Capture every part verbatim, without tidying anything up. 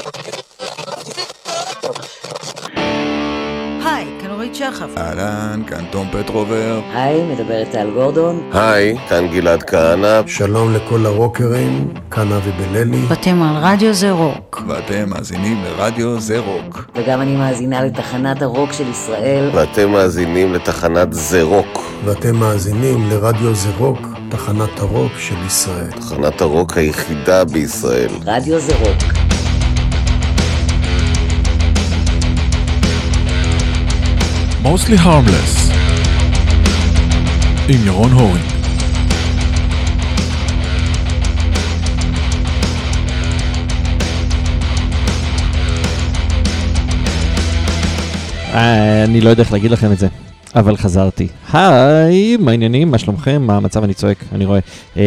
היי, כאן אורית שחף. אהלן, כאן תום פטרובר. היי, מדברת טל גורדון. היי, כאן גלעד כהנא. שלום לכל הרוקרים, כאן אבי בללי. ואתם על רדיו זה רוק. ואתם מאזינים לרדיו זה רוק. וגם אני מאזינה לתחנת הרוק של ישראל. ואתם מאזינים לתחנת זה רוק. ואתם מאזינים לרדיו זה רוק, תחנת הרוק של ישראל. תחנת הרוק היחידה בישראל. רדיו זה רוק. Mostly Harmless עם ירון הורינג. אני לא יודע איך להגיד לכם את זה, אבל חזרתי. היי, מה העניינים? מה שלומכם? מה המצב? אני צועק, אני רואה.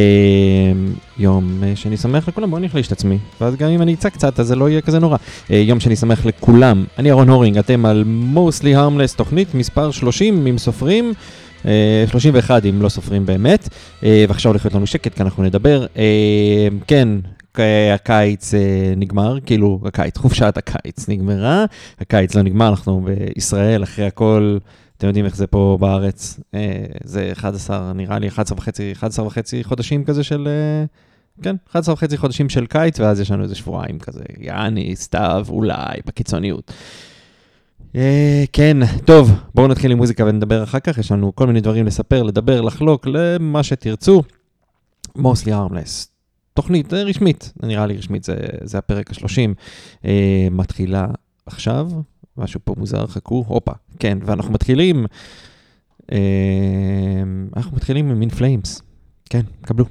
יום שאני שמח לכולם, בואו נחליש את עצמי, ואז גם אם אני אצא קצת, אז זה לא יהיה כזה נורא. יום שאני שמח לכולם, אני ירון הורינג, אתם על Mostly Harmless, תוכנית מספר שלושים, אם סופרים, שלושים ואחת אם לא סופרים באמת, ועכשיו הולך להיות לנו שקט, כי אנחנו נדבר. כן, הקיץ נגמר, כאילו הקיץ, חופשת הקיץ נגמרה, הקיץ לא נגמר, אנחנו בישראל, אחרי הכל, אתם יודעים איך זה פה בארץ, זה אחד עשר, נראה לי אחת עשרה וחצי, אחת עשרה וחצי חודשים כזה של, כן, אחת עשרה וחצי חודשים של קיץ, ואז יש לנו איזה שבועיים כזה, יעני, סתיו, אולי, בקיצוניות. כן, טוב, בואו נתחיל עם מוזיקה ונדבר אחר כך, יש לנו כל מיני דברים לספר, לדבר, לחלוק, למה שתרצו. Mostly Harmless, תוכנית רשמית, נראה לי רשמית, זה, זה הפרק השלושים, מתחילה עכשיו, משהו פה מוזר, חכו, הופה, כן, ואנחנו מתחילים, אנחנו מתחילים עם In Flames, כן, קבלו.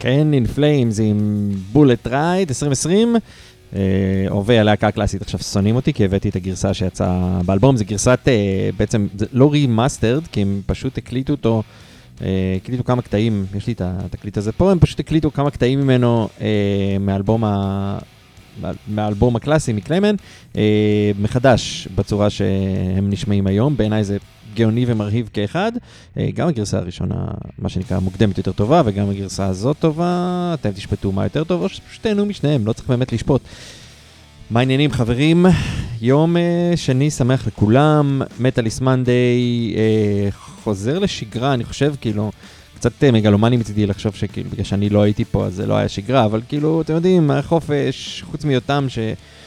כן, In Flames עם Bullet Ride עשרים עשרים, הווה הלהקה הקלאסית עכשיו שונאים אותי, כי הבאתי את הגרסה שיצאה באלבום, זה גרסת, בעצם, זה לא רימאסטרד, כי הם פשוט הקליטו אותו, הקליטו כמה קטעים, יש לי את התקליט הזה פה, הם פשוט הקליטו כמה קטעים ממנו מאלבום ה... מהאלבום הקלאסי מקליימן, מחדש בצורה שהם נשמעים היום, בעיניי זה גאוני ומרהיב כאחד, גם הגרסה הראשונה, מה שנקרא, מוקדמת יותר טובה, וגם הגרסה הזאת טובה, אתם תשפטו מה יותר טוב, או שפשוט תהנו משניהם, לא צריך באמת לשפוט. מה העניינים חברים? יום שני שמח לכולם, מטאליסט מנדיי, חוזר לשגרה, אני חושב כאילו, קצת מגלומני מצידי לחשוב שכאילו, בגלל שאני לא הייתי פה, אז זה לא היה שגרה, אבל כאילו, אתם יודעים, החופש, חוץ מיותם ש...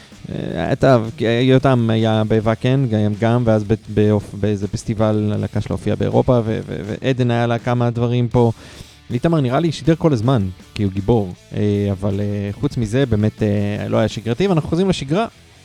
יותם היה בוואקן, גם גם, ואז באיזה פסטיבל הלהקה שלו הופיע באירופה, ועדן היה לה כמה דברים פה. ליטמר נראה לי שידר כל הזמן, כי הוא גיבור, אבל חוץ מזה באמת לא היה שגרתי, ואנחנו חוזרים לשגרה,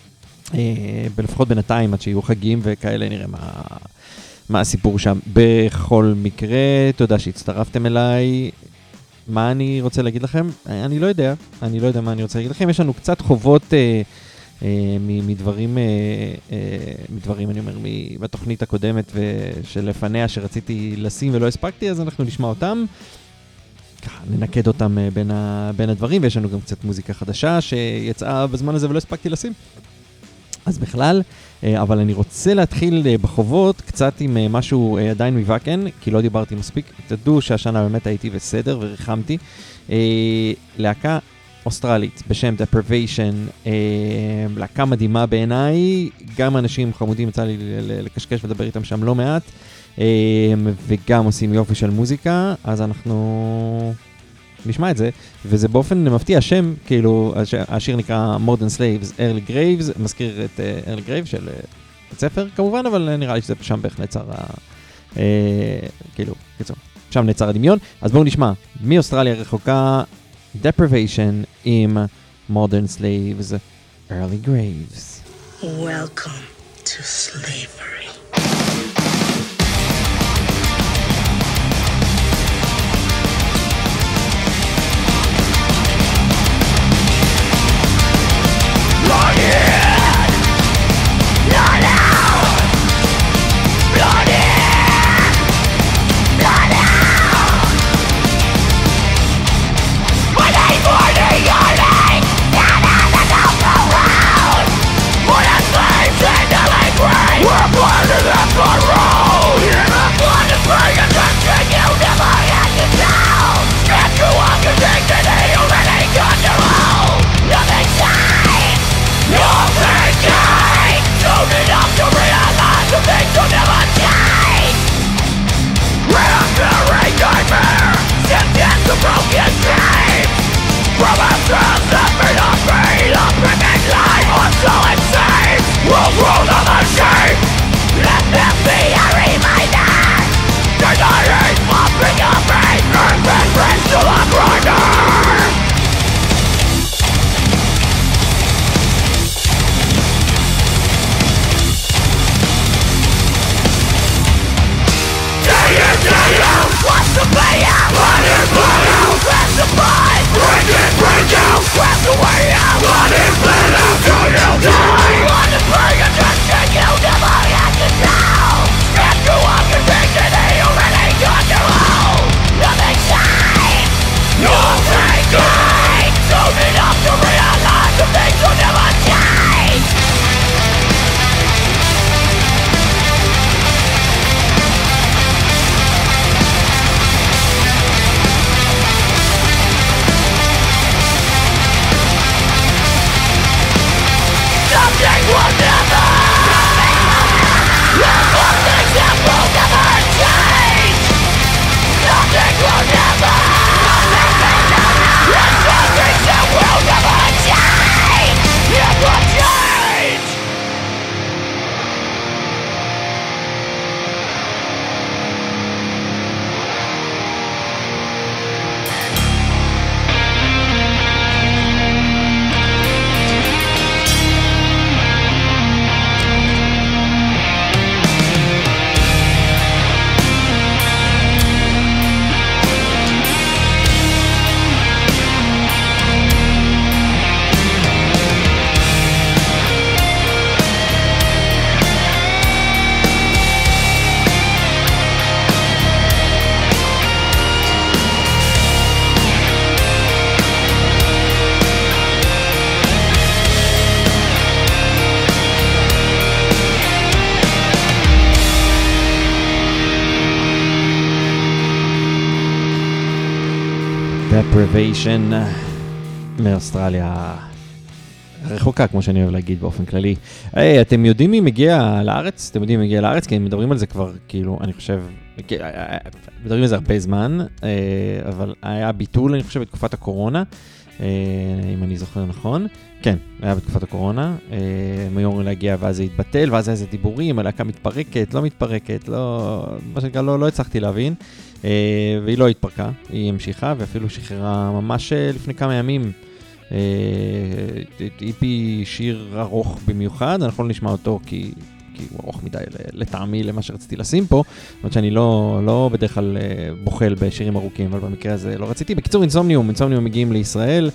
לפחות בינתיים עד שיהיו חגים וכאלה, נראה מה... מה הסיפור שם. בכל מקרה, תודה שהצטרפתם אליי. מה אני רוצה להגיד לכם? אני לא יודע. אני לא יודע מה אני רוצה להגיד לכם. יש לנו קצת חובות אה, אה, מדברים, אה, אה, מדברים, אני אומר, בתוכנית הקודמת ושלפניה שרציתי לשים ולא הספקתי, אז אנחנו נשמע אותם. ככה, ננקד אותם אה, בין, ה, בין הדברים, ויש לנו גם קצת מוזיקה חדשה שיצאה בזמן הזה ולא הספקתי לשים. אז בכלל, אבל אני רוצה להתחיל בחובות קצת עם משהו עדיין מוואקן, כי לא דיברתי מספיק. תדעו שהשנה באמת הייתי בסדר וריחמתי. להקה אוסטרלית בשם Deprivation, להקה מדהימה בעיניי, גם אנשים חמודים יצא לי לקשקש ולדבר איתם שם לא מעט, וגם עושים יופי של מוזיקה, אז אנחנו... נשמע את זה, וזה באופן מפתיע, השם, כאילו, השיר נקרא Modern Slaves, Early Graves, מזכיר את uh, Early Graves של uh, בית ספר, כמובן, אבל נראה לי שזה שם בערך נצר, uh, כאילו, קיצור, שם נצר הדמיון. אז בואו נשמע, מאוסטרליה רחוקה, Deprivation עם Modern Slaves, Early Graves. Welcome to slavery. Something will never Deprivation מאוסטרליה רחוקה, כמו שאני אוהב להגיד באופן כללי. היי, אתם יודעים מי מגיע לארץ? אתם יודעים מי מגיע לארץ? כי מדברים על זה כבר, כאילו, אני חושב, מדברים על זה הרבה זמן, אבל היה ביטול, אני חושב, בתקופת הקורונה, אם אני זוכר נכון. כן, היה בתקופת הקורונה, הם היו אמורים להגיע ואז זה התבטל, ואז היה איזה דיבורים, הלהקה מתפרקת, לא מתפרקת, לא, מה שנקרא, לא, לא הצלחתי להבין, והיא לא התפרקה, היא המשיכה, ואפילו שחררה ממש לפני כמה ימים, איפי שיר ארוך במיוחד, אנחנו לא נשמע אותו כי, כי הוא ארוך מדי לטעמי למה שרציתי לשים פה, זאת שאני לא, לא בדרך כלל בוחל בשירים ארוכים, אבל במקרה הזה לא רציתי. בקיצור, אינסומניום, אינסומניום מגיעים לישראל,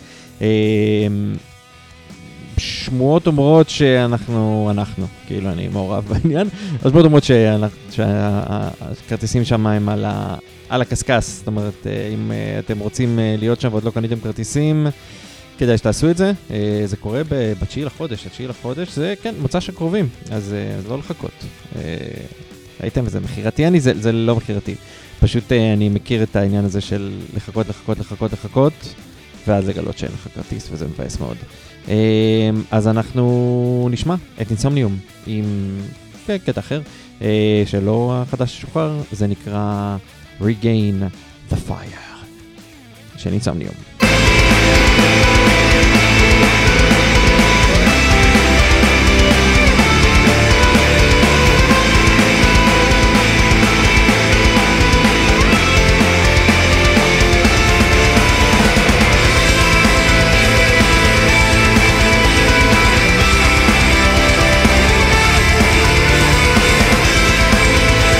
שמועות אומרות שאנחנו, אנחנו, כאילו אני מעורב בעניין, אז שמועות אומרות שהכרטיסים שם הם על, ה, על הקסקס, זאת אומרת, אם אתם רוצים להיות שם ועוד לא קניתם כרטיסים, כדאי שתעשו את זה, זה קורה בתשיעי לחודש, התשיעי לחודש, זה כן, מוצא שקרובים, אז לא לחכות. ראיתם, וזה מחירתי, אני, זה, זה לא מחירתי. פשוט אני מכיר את העניין הזה של לחכות, לחכות, לחכות, לחכות, ואז לגלות שאין לך כרטיס, וזה מבאס מאוד. אז אנחנו נשמע את אינסומניום עם קטע אחר, שלא החדש שוחרר, זה נקרא Regain the Fire, של אינסומניום.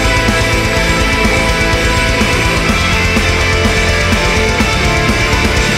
We'll be right back.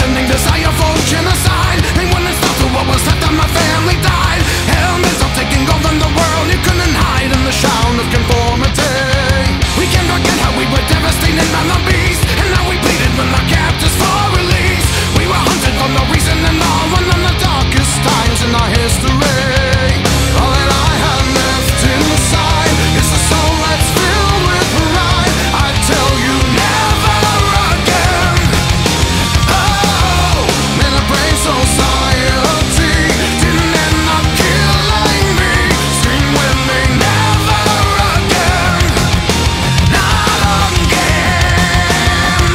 maddening desire for genocide. And when it stopped, what was left of my family died. Helmets are taking over the world. You couldn't hide in the shroud of conformity. We can't forget how we were devastated by the beast, and how we pleaded when our captors for release. We were hunted for no reason at all, one of the darkest times in our history. All that I have left inside is a soul that's filled with pride. I tell you never again. Oh, may the brave society didn't end up killing me. Scream with me, never again. Not again.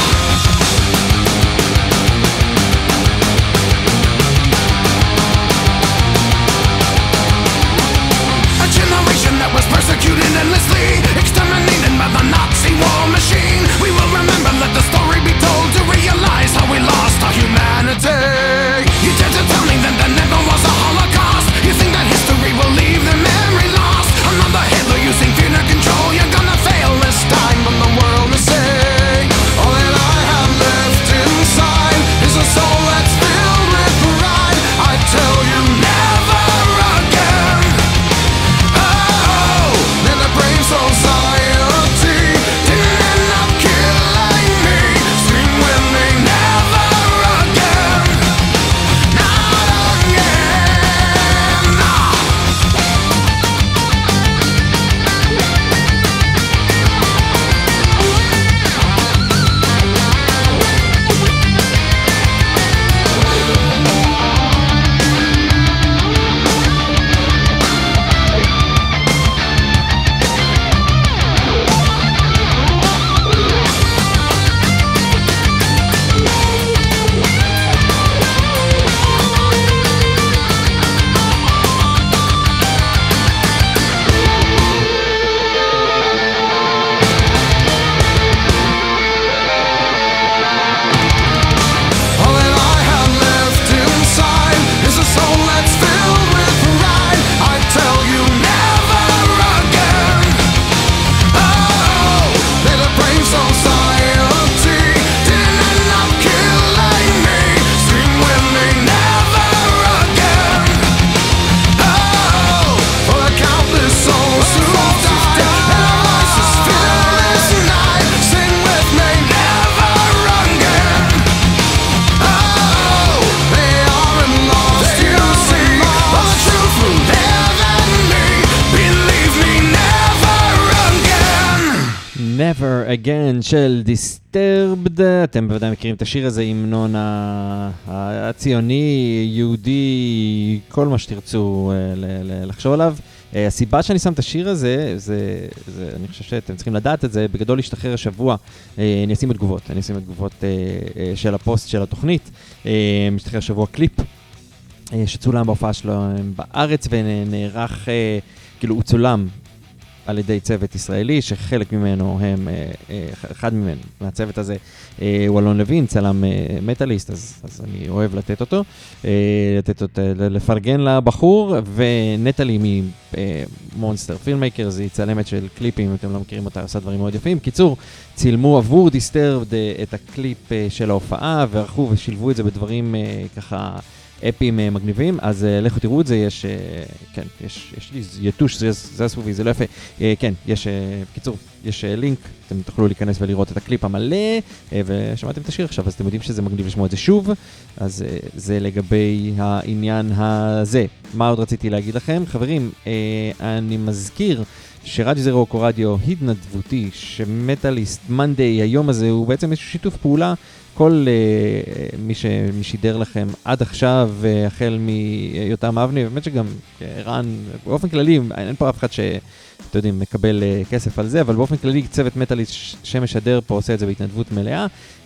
A generation that was persecuted endlessly, exterminated by the Nazi war machine. We will remember, let the story be told, to realize how we lost our humanity. You dare to tell me that there never was a Holocaust? You think that history will leave their memory lost? Another Hitler using fear to control. You're gonna fail this time from the world to see. All that I have left inside is a soul that's filled with pride. I tell you never again. Oh, may the brave society didn't end up killing me. Scream with me, never again. Not again. All that I have left inside is a soul that's filled with pride. I tell you never again. Oh, may the brave society didn't end up killing me. Scream with me, never again. Oh, for the countless souls who died, and our voices fill this night. Sing with me, never again. Oh, they aren't lost, you see, but the truth will live in me. Believe me, never again. Never Again של Disturbed. אתם בוודאי מכירים את השיר הזה, המנון ה- ה- הציוני, יהודי, כל מה שתרצו אה, ל- ל- לחשוב עליו. אה, הסיבה שאני שם את השיר הזה, זה, זה, אני חושב שאתם צריכים לדעת את זה, בגדול להשתחרר השבוע, אה, אני אשים את תגובות, אני אשים את תגובות אה, אה, של הפוסט של התוכנית, אה, משתחרר השבוע קליפ, אה, שצולם בהופעה שלו בארץ ונערך, אה, כאילו הוא צולם על ידי צוות ישראלי, שחלק ממנו הם, אחד ממנו, מהצוות הזה, הוא אלון לוין, צלם מטאליסט, אז, אז אני אוהב לתת אותו, לתת אותו, לפרגן לבחור, ונטלי ממונסטר פילמקרס, היא צלמת של קליפים, אם אתם לא מכירים אותה, עושה דברים מאוד יפים. קיצור, צילמו עבור דיסטרבד את הקליפ של ההופעה, וערכו ושילבו את זה בדברים ככה, אפים מגניבים, אז uh, לכו תראו את זה, יש, uh, כן, יש, יש לי יתוש, זה, זה הסובי, זה לא יפה, uh, כן, יש, uh, קיצור, יש uh, לינק, אתם תוכלו להיכנס ולראות את הקליפ המלא, uh, ושמעתם את השיר עכשיו, אז אתם יודעים שזה מגניב לשמוע את זה שוב, אז uh, זה לגבי העניין הזה. מה עוד רציתי להגיד לכם? חברים, uh, אני מזכיר, שרדיו זה רוק או רדיו התנדבותי, שמטאליסט מנדי, היום הזה הוא בעצם איזשהו שיתוף פעולה, כל uh, מי ששידר לכם עד עכשיו, uh, החל מיותם אבני, באמת שגם רן, באופן כללי, אין פה אף אחד שאתם יודעים, מקבל uh, כסף על זה, אבל באופן כללי צוות מטאליסט שמשדר פה עושה את זה בהתנדבות מלאה. Uh,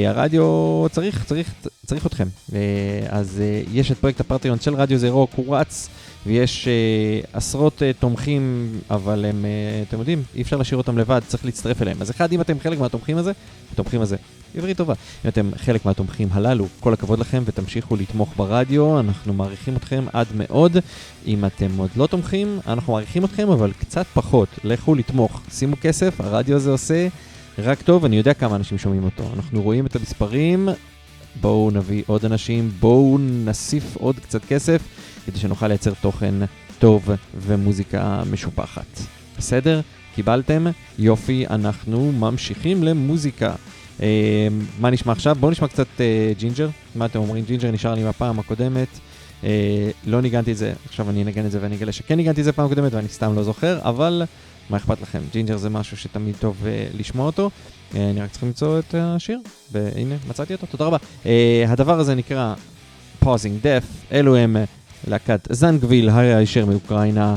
הרדיו צריך, צריך, צריך אתכם. Uh, אז uh, יש את פרויקט הפטריון של רדיו זה רוק, הוא רץ, ויש uh, עשרות uh, תומכים, אבל הם, uh, אתם יודעים, אי אפשר להשאיר אותם לבד, צריך להצטרף אליהם. אז אחד, אם אתם חלק מהתומכים הזה, התומכים הזה, עברית טובה. אם אתם חלק מהתומכים הללו, כל הכבוד לכם ותמשיכו לתמוך ברדיו, אנחנו מעריכים אתכם עד מאוד. אם אתם עוד לא תומכים, אנחנו מעריכים אתכם, אבל קצת פחות. לכו לתמוך, שימו כסף, הרדיו הזה עושה רק טוב, אני יודע כמה אנשים שומעים אותו. אנחנו רואים את המספרים, בואו נביא עוד אנשים, בואו נסיף עוד קצת כסף, כדי שנוכל לייצר תוכן טוב ומוזיקה משופחת. בסדר? קיבלתם? יופי, אנחנו ממשיכים למוזיקה. Uh, מה נשמע עכשיו? בואו נשמע קצת uh, ג'ינג'ר. מה אתם אומרים? ג'ינג'ר נשאר לי מהפעם הקודמת. Uh, לא ניגנתי את זה, עכשיו אני אנגן את זה ואני אגלה שכן ניגנתי את זה פעם הקודמת ואני סתם לא זוכר, אבל מה אכפת לכם? ג'ינג'ר זה משהו שתמיד טוב uh, לשמוע אותו. Uh, אני רק צריך למצוא את השיר, והנה מצאתי אותו, תודה רבה. Uh, הדבר הזה נקרא Pausing Death, אלו הם להקת זנגוויל, הישר מאוקראינה.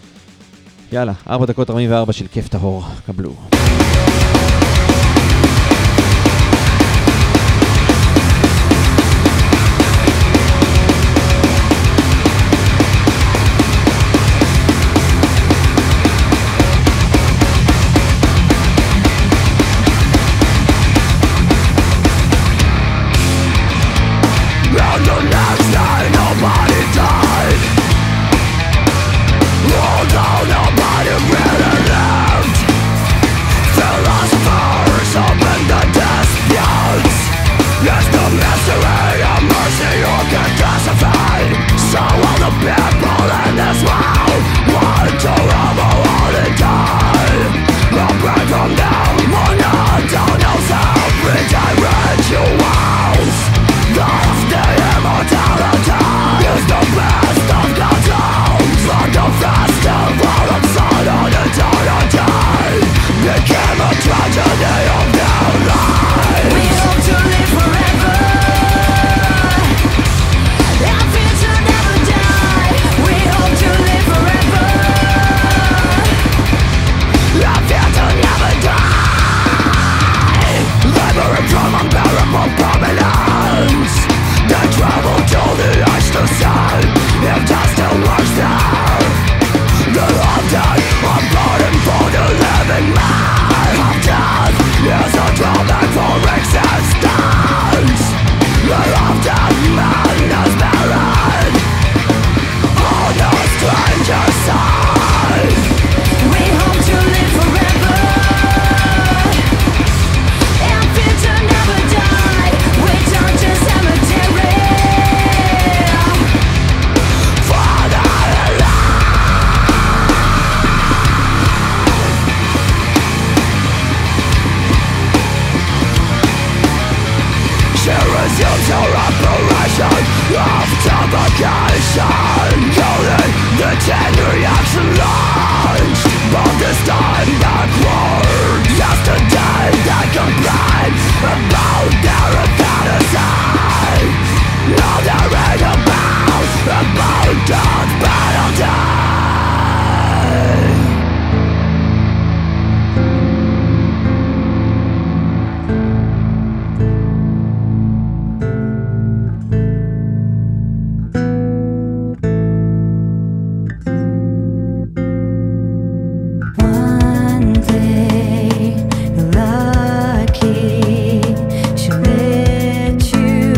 יאללה, ארבע דקות ארבעים וארבע של כיף טהור, קבלו. Lucky she met you.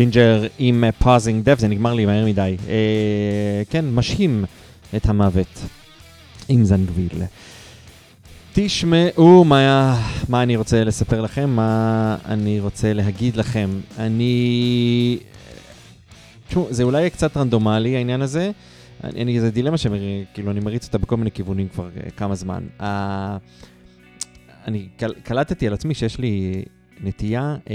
ג'ינג'ר עם Pausing Death, זה נגמר לי מהר מדי. אה, כן, משהים את המוות עם זנגוויל. תשמעו מה, מה אני רוצה לספר לכם, מה אני רוצה להגיד לכם. אני... תשמעו, זה אולי קצת רנדומלי העניין הזה. אני, אני, זה דילמה שכאילו אני מריץ אותה בכל מיני כיוונים כבר כמה זמן. Uh, אני קל, קלטתי על עצמי שיש לי נטייה אה,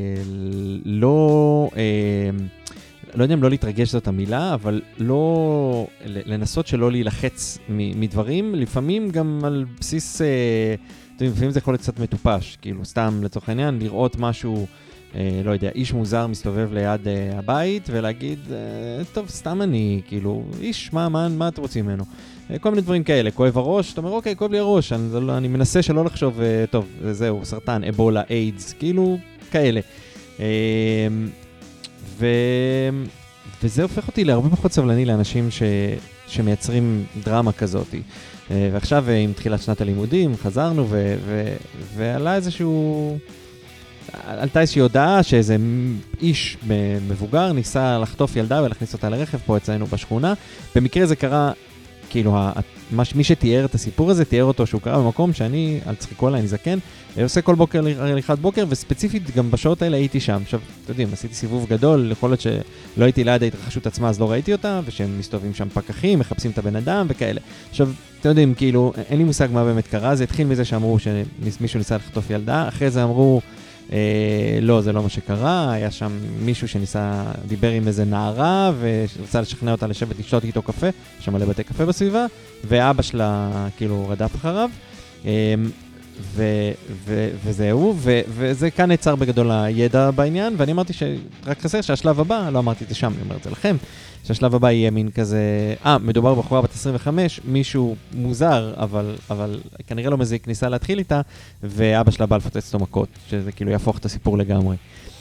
לא... אה, לא יודע אם לא להתרגש זאת המילה, אבל לא... לנסות שלא להילחץ מדברים, לפעמים גם על בסיס... אה, לפעמים זה יכול להיות קצת מטופש, כאילו סתם לצורך העניין, לראות משהו, אה, לא יודע, איש מוזר מסתובב ליד אה, הבית, ולהגיד, אה, טוב, סתם אני, כאילו, איש, מה, מה, מה אתם רוצים ממנו? אה, כל מיני דברים כאלה, כואב הראש, אתה אומר, אוקיי, כואב לי הראש, אני, לא, אני מנסה שלא לחשוב, אה, טוב, זהו, סרטן, אבולה, איידס, כאילו, כאלה. אה, ו... וזה הופך אותי להרבה פחות סבלני לאנשים ש... שמייצרים דרמה כזאת. ועכשיו עם תחילת שנת הלימודים חזרנו ו... ו... ועלה איזשהו... עלתה איזושהי הודעה שאיזה איש מבוגר ניסה לחטוף ילדה ולהכניס אותה לרכב פה אצלנו בשכונה. במקרה זה קרה, כאילו, מי שתיאר את הסיפור הזה, תיאר אותו שהוא קרה במקום שאני, על צחיקו עליי, אני זקן, עושה כל בוקר הליכת בוקר, וספציפית גם בשעות האלה הייתי שם. עכשיו, אתם יודעים, עשיתי סיבוב גדול, יכול להיות שלא הייתי ליד ההתרחשות עצמה, אז לא ראיתי אותה, ושהם מסתובבים שם פקחים, מחפשים את הבן אדם וכאלה. עכשיו, אתם יודעים, כאילו, אין לי מושג מה באמת קרה, זה התחיל מזה שאמרו שמישהו ניסה לחטוף ילדה, אחרי זה אמרו, אה, לא, זה לא מה שקרה, היה שם מישהו שניסה, דיבר עם איזה נערה, ורצה לשכנע אותה לשבת לשתות איתו קפה, שם מלא בתי קפה בסביבה, ואבא שלה, כאילו, רדף אחריו, אה, ו- ו- וזהו, ו- וזה כאן נעצר בגדול הידע בעניין, ואני אמרתי שרק חסר שהשלב הבא, לא אמרתי את זה שם, אני אומר את זה לכם, שהשלב הבא יהיה מין כזה, אה, מדובר בחורה בת עשרים וחמש, מישהו מוזר, אבל, אבל כנראה לא מזיק, ניסה להתחיל איתה, ואבא שלה בא לפוצץ אותו מכות, שזה כאילו יהפוך את הסיפור לגמרי.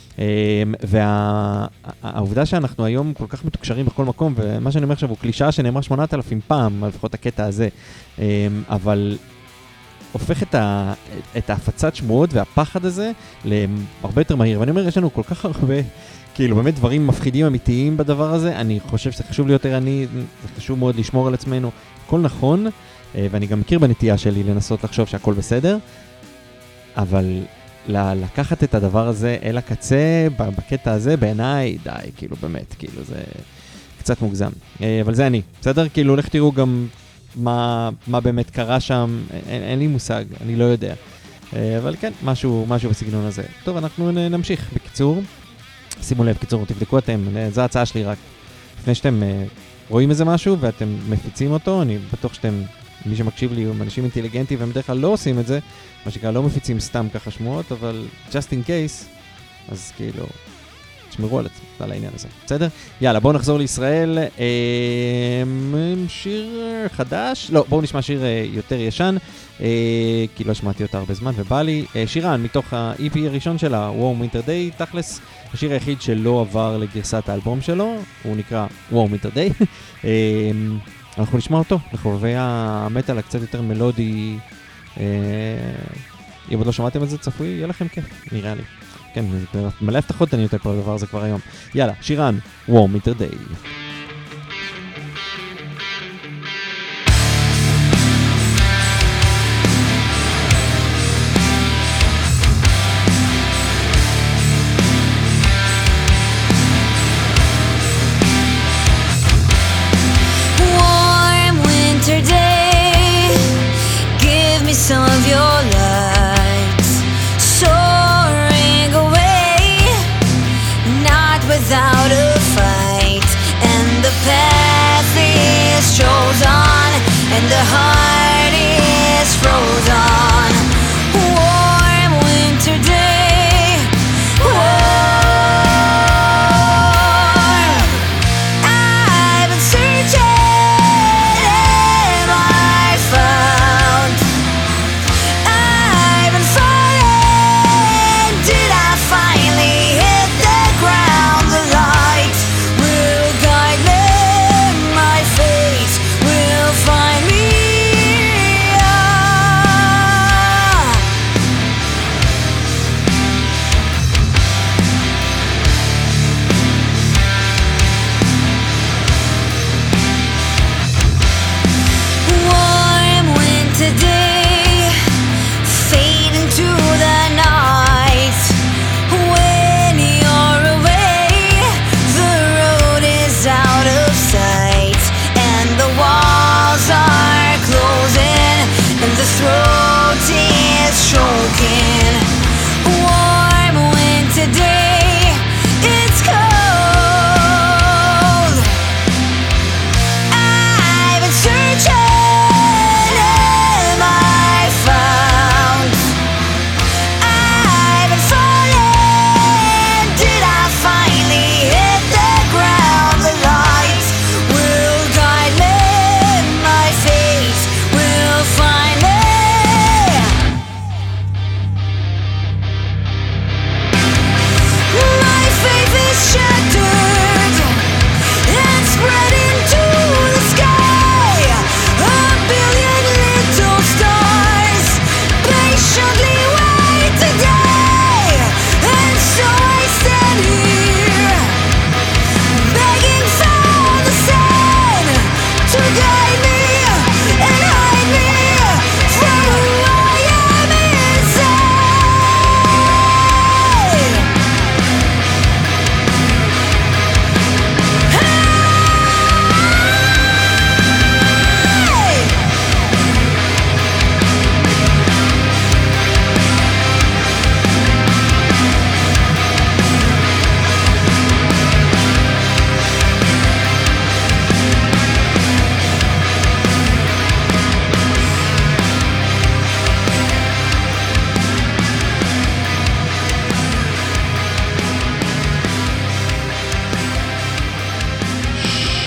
והעובדה שאנחנו היום כל כך מתוקשרים בכל מקום, ומה שאני אומר עכשיו הוא קלישאה שנאמרה שמונת אלפים פעם, לפחות הקטע הזה, אבל הופך את, ה, את ההפצת שמועות והפחד הזה להרבה יותר מהיר. ואני אומר, יש לנו כל כך הרבה, כאילו באמת דברים מפחידים אמיתיים בדבר הזה. אני חושב שזה חשוב להיות ערני, זה חשוב מאוד לשמור על עצמנו. הכל נכון, ואני גם מכיר בנטייה שלי לנסות לחשוב שהכל בסדר, אבל לקחת את הדבר הזה אל הקצה, בקטע הזה, בעיניי, די, כאילו באמת, כאילו זה קצת מוגזם. אבל זה אני, בסדר? כאילו, לך תראו גם מה, מה באמת קרה שם, אין, אין לי מושג, אני לא יודע. אבל כן, משהו, משהו בסגנון הזה. טוב, אנחנו נמשיך. בקיצור, שימו לב, קיצור, תבדקו אתם, זו ההצעה שלי רק. לפני שאתם רואים איזה משהו ואתם מפיצים אותו, אני בטוח שאתם, מי שמקשיב לי, הם אנשים אינטליגנטיים, והם בדרך כלל לא עושים את זה, מה שקרה, לא מפיצים סתם ככה שמועות, אבל just in case, אז כאילו, תשמרו על, על העניין הזה, בסדר? יאללה, בואו נחזור לישראל, אה, שיר חדש, לא, בואו נשמע שיר יותר ישן, אה, כי לא שמעתי אותה הרבה זמן ובא לי, אה, שירן מתוך ה-אי פי הראשון שלה, Warm Winter Day, תכלס, השיר היחיד שלא עבר לגרסת האלבום שלו, הוא נקרא Warm Winter Day, אה, אנחנו נשמע אותו, לחובבי המטל הקצת יותר מלודי, אה, אם עוד לא שמעתם את זה, צפוי, יהיה לכם כיף, נראה לי. כן, מלא הבטחות אני יותר כל הדבר הזה כבר היום. יאללה, שירן, Warm Winter Day. Warm winter day, give me some of your lights, soaring away, not without a fight, and the path is chosen, and the heart is frozen. Warm winter day, warm. I've been searching, have I found? I've been falling, did I finally hit the ground? The light will guide me, my fate will find me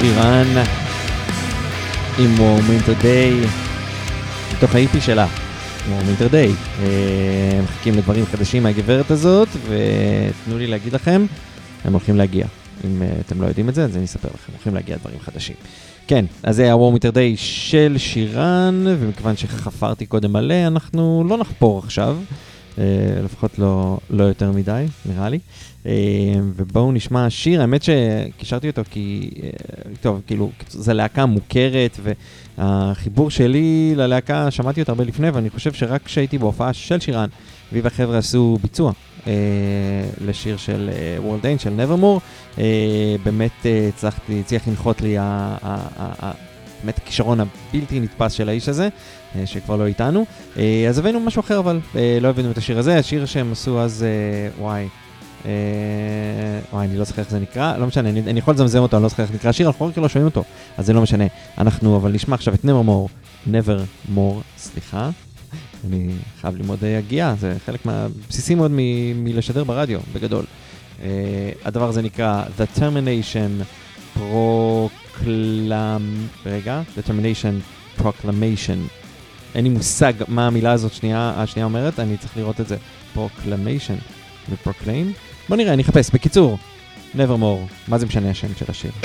שירן עם Warm Winter Day מתוך ה-איפי שלה Warm Winter Day. מחכים לדברים חדשים מהגברת הזאת, ותנו לי להגיד לכם, הם הולכים להגיע. אם אתם לא יודעים את זה, אז אני אספר לכם, הולכים להגיע דברים חדשים. כן, אז זה ה-Warm Winter Day של שירן, ומכיוון שחפרתי קודם עליה, אנחנו לא נחפור עכשיו, לפחות לא, לא יותר מדי, נראה לי. ובואו נשמע שיר, האמת שקישרתי אותו כי, טוב, כאילו, זו להקה מוכרת, והחיבור שלי ללהקה, שמעתי אותה הרבה לפני, ואני חושב שרק כשהייתי בהופעה של שירן, ויבה חבר'ה עשו ביצוע לשיר של World End, של Nevermore, באמת הצלחתי, הצליח לנחות לי באמת הכישרון הבלתי נתפס של האיש הזה, שכבר לא איתנו. אז הבאנו משהו אחר, אבל לא הבאנו את השיר הזה, השיר שהם עשו אז, וואי, וואי, אני לא זוכר איך זה נקרא, לא משנה, אני יכול לזמזם אותו, אני לא זוכר איך נקרא השיר, אנחנו רק לא שומעים אותו, אז זה לא משנה. אנחנו אבל נשמע עכשיו את Nevermore, Nevermore, סליחה, אני חייב ללמוד הגיעה, זה חלק מהבסיסי מאוד מלשדר ברדיו, בגדול. הדבר הזה נקרא The Termination Proclam... רגע, The Termination Proclamation. אין לי מושג מה המילה הזאת שנייה, השנייה אומרת, אני צריך לראות את זה. Proclamation ו-Proclaim. בוא נראה, אני אחפש. בקיצור, Nevermore, מה זה משנה השם של השיר?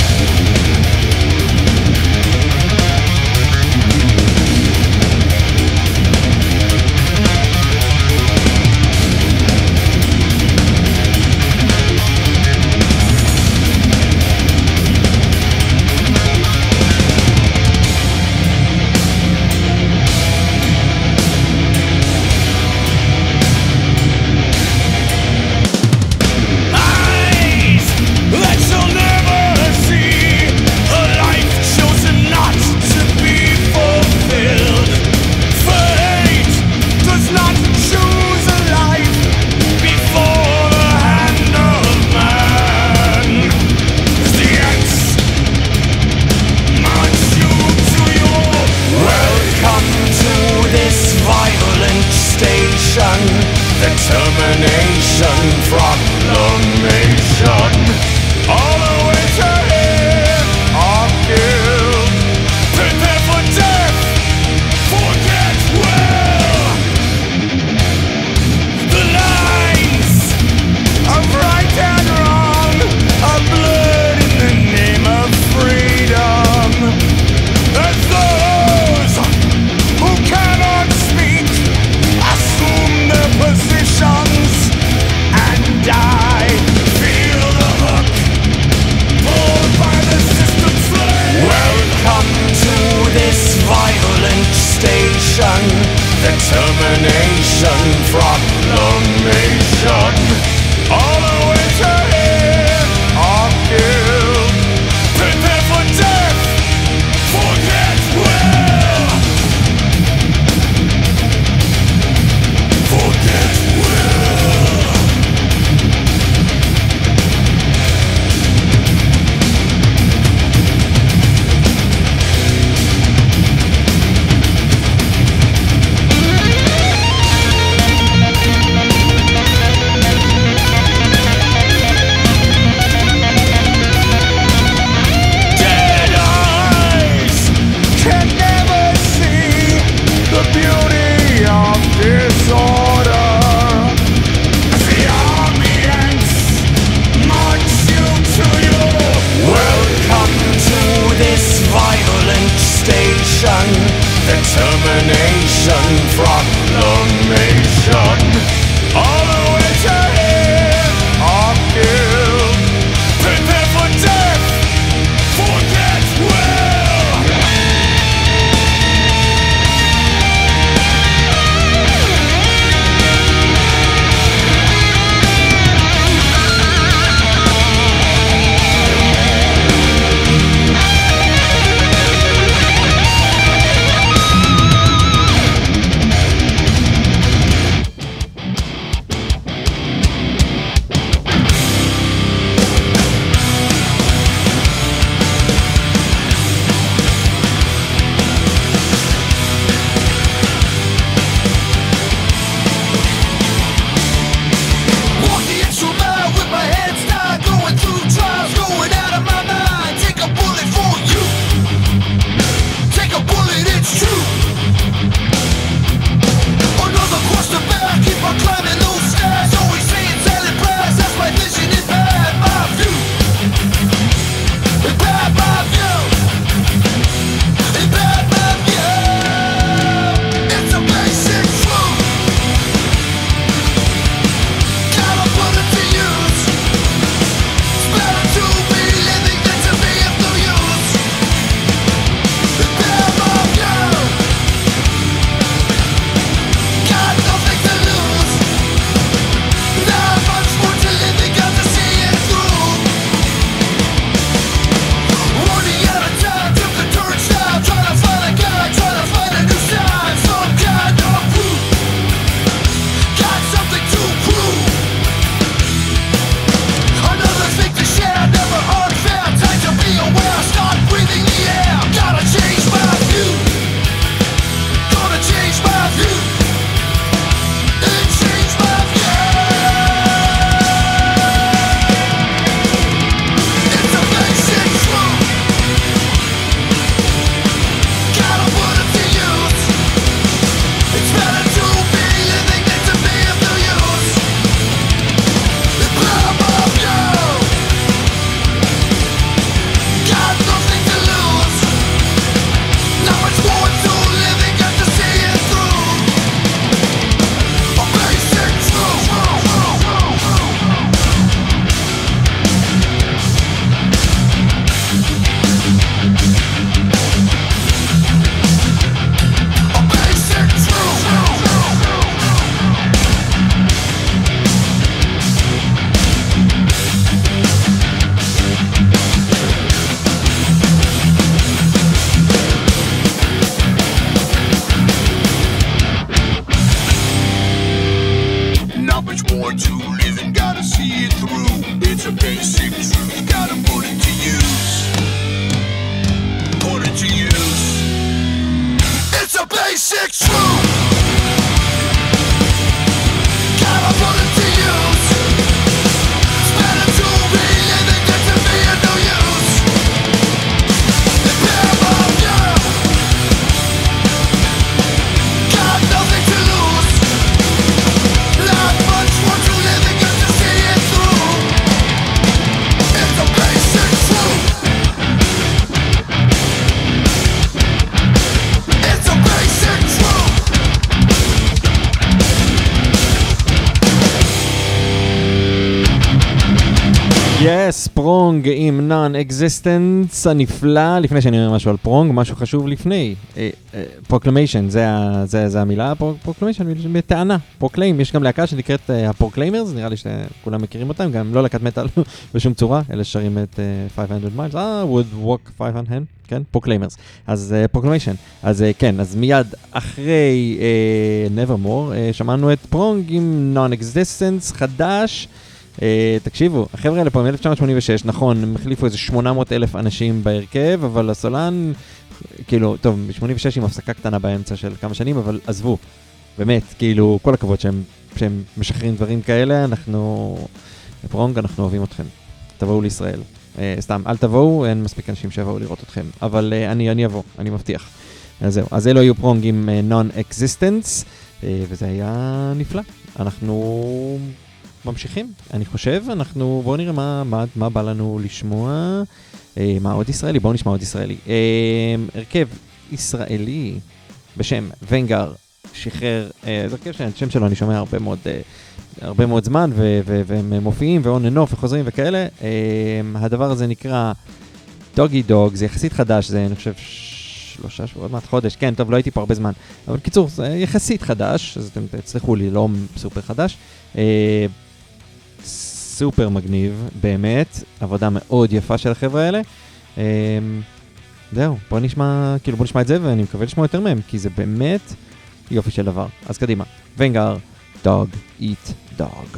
יס, פרונג עם נון-אקזיסטנס הנפלא. לפני שאני אומר משהו על פרונג, משהו חשוב לפני. פרוקלמיישן, זה המילה, פרוקלמיישן, בטענה, פרוקליים. יש גם להקה שנקראת הפרוקליימרס, נראה לי שכולם מכירים אותם, גם לא להקת מטל בשום צורה, אלה שרים את חמש מאות מיילס, אה, would walk five hundred, כן, פרוקליימרס. אז פרוקלמיישן, אז כן, אז מיד אחרי Nevermore, שמענו את פרונג עם נון-אקזיסטנס חדש. Uh, תקשיבו, החבר'ה האלה פה מ-אלף תשע מאות שמונים ושש, נכון, הם החליפו איזה שמונה מאות אלף אנשים בהרכב, אבל הסולן, כאילו, טוב, ב-שמונים ושש עם הפסקה קטנה באמצע של כמה שנים, אבל עזבו, באמת, כאילו, כל הכבוד שהם, שהם משחררים דברים כאלה, אנחנו, פרונג, אנחנו אוהבים אתכם, תבואו לישראל, uh, סתם, אל תבואו, אין מספיק אנשים שיבואו לראות אתכם, אבל uh, אני, אני אבוא, אני מבטיח. אז זהו, אז אלו היו פרונג עם uh, non-existence, uh, וזה היה נפלא, אנחנו... ממשיכים, אני חושב, אנחנו, בואו נראה מה, מה, מה בא לנו לשמוע, אה, מה עוד ישראלי, בואו נשמע עוד ישראלי. אה, הרכב ישראלי בשם ונגר שחרר, אה, זה הרכב שהשם שלו אני שומע הרבה מאוד, אה, הרבה מאוד זמן, ו- ו- והם מופיעים ואון אנוף וחוזרים וכאלה. אה, הדבר הזה נקרא דוגי דוג, זה יחסית חדש, זה אני חושב שלושה שבועות, מעט חודש, כן, טוב, לא הייתי פה הרבה זמן, אבל קיצור, זה יחסית חדש, אז אתם תצליחו לי, לא סופר חדש. אה, סופר מגניב, באמת, עבודה מאוד יפה של החבר'ה האלה. אה, זהו, בוא נשמע, כאילו בוא נשמע את זה, ואני מקווה לשמוע יותר מהם, כי זה באמת יופי של דבר. אז קדימה, ונגר, דוג, איט, דוג.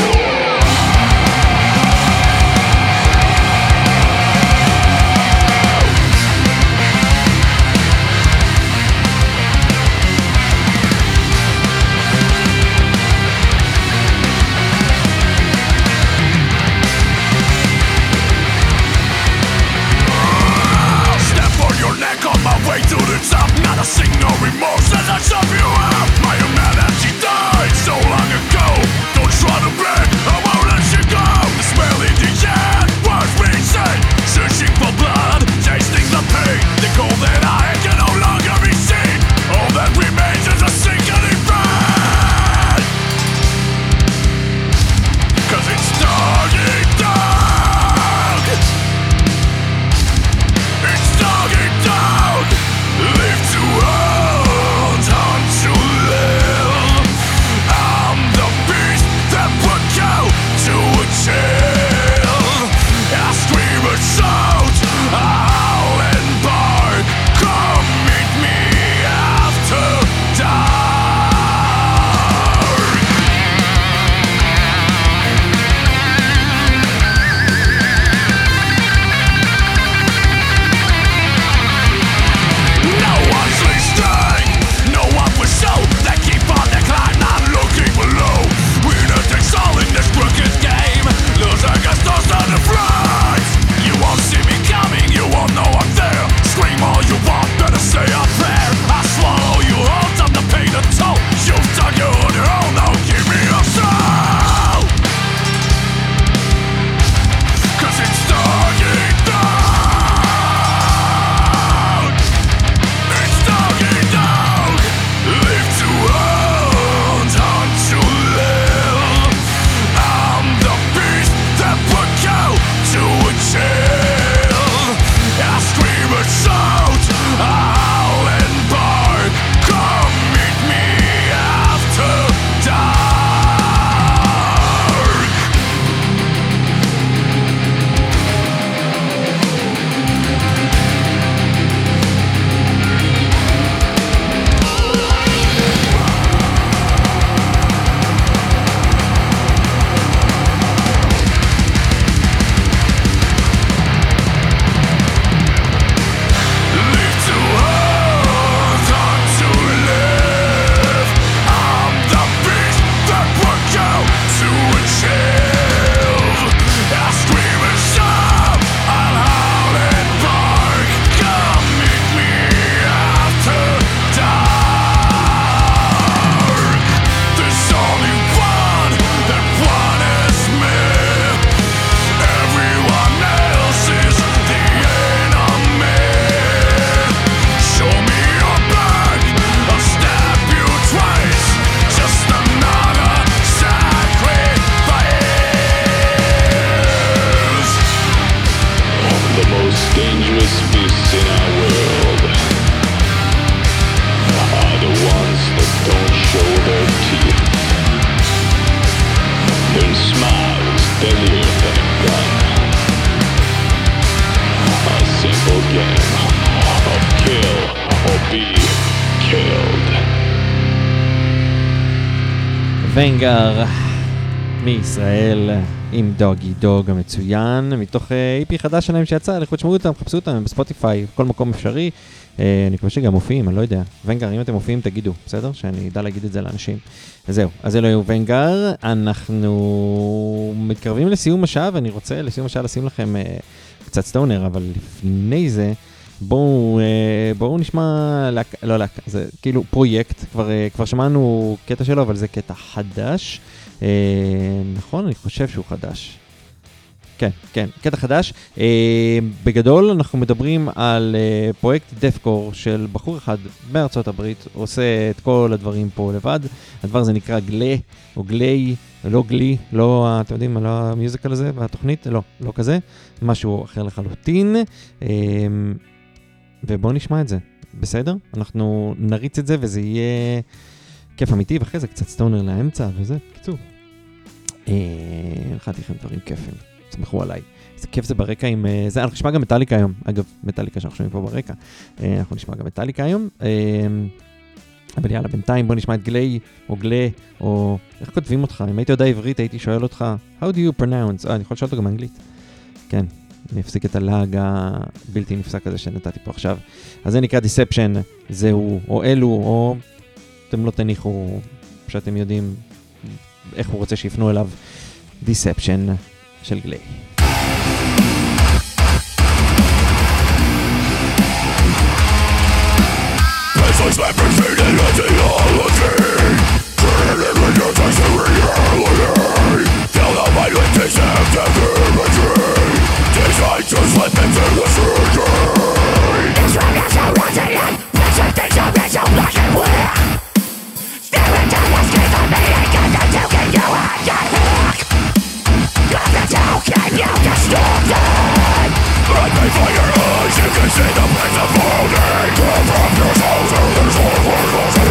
To the top, not a single remorse as I chop you out. My humanity died so long ago. Don't try to break. ונגר מישראל עם דוגי דוג המצוין מתוך איפי חדש שלהם שיצא, לכו תשמעו אותם, חפשו אותם בספוטיפיי, כל מקום אפשרי. אני מקווה שגם מופיעים, אני לא יודע. ונגר, אם אתם מופיעים תגידו, בסדר? שאני אדע להגיד את זה לאנשים. אז זהו, אז אלו היו ונגר, אנחנו מתקרבים לסיום השעה ואני רוצה לסיום השעה לשים לכם קצת סטונר, אבל לפני זה בואו בואו נשמע, לא להקה, זה כאילו פרויקט, כבר, כבר שמענו קטע שלו, אבל זה קטע חדש. נכון, אני חושב שהוא חדש. כן, כן, קטע חדש. בגדול אנחנו מדברים על פרויקט דפקור של בחור אחד בארצות הברית, עושה את כל הדברים פה לבד. הדבר הזה נקרא גלה, או גלי, לא גלי, לא, אתם יודעים, לא המיוזיקל הזה בתוכנית, לא, לא כזה, משהו אחר לחלוטין. ובואו נשמע את זה, בסדר? אנחנו נריץ את זה וזה יהיה כיף אמיתי, ואחרי זה קצת סטונר לאמצע וזה, קיצור. הלכתי לכם דברים כיפים, תסמכו עליי. איזה כיף זה ברקע עם זה, אנחנו נשמע גם מטליקה היום, אגב, מטליקה שאנחנו שומעים פה ברקע, אנחנו נשמע גם מטליקה היום, אבל יאללה, בינתיים בואו נשמע את גלי, או גלה, או איך כותבים אותך? אם הייתי יודע עברית, הייתי שואל אותך, how do you pronounce? אה, אני יכול לשאול אותו גם באנגלית. כן. אני אפסיק את הלאג הבלתי נפסק הזה שנתתי פה עכשיו. אז זה נקרא Deception, זהו, או אלו, או אתם לא תניחו שאתם יודעים איך הוא רוצה שיפנו אליו. Deception של גלי. I just slip into the surgery. It's right now, so resilient. Presentation is so black and weak. Staring down the skin of me and get the token you had to hack. Got the token you distorted. Right before your eyes you can see the place of holding. Come from your soul to this whole world.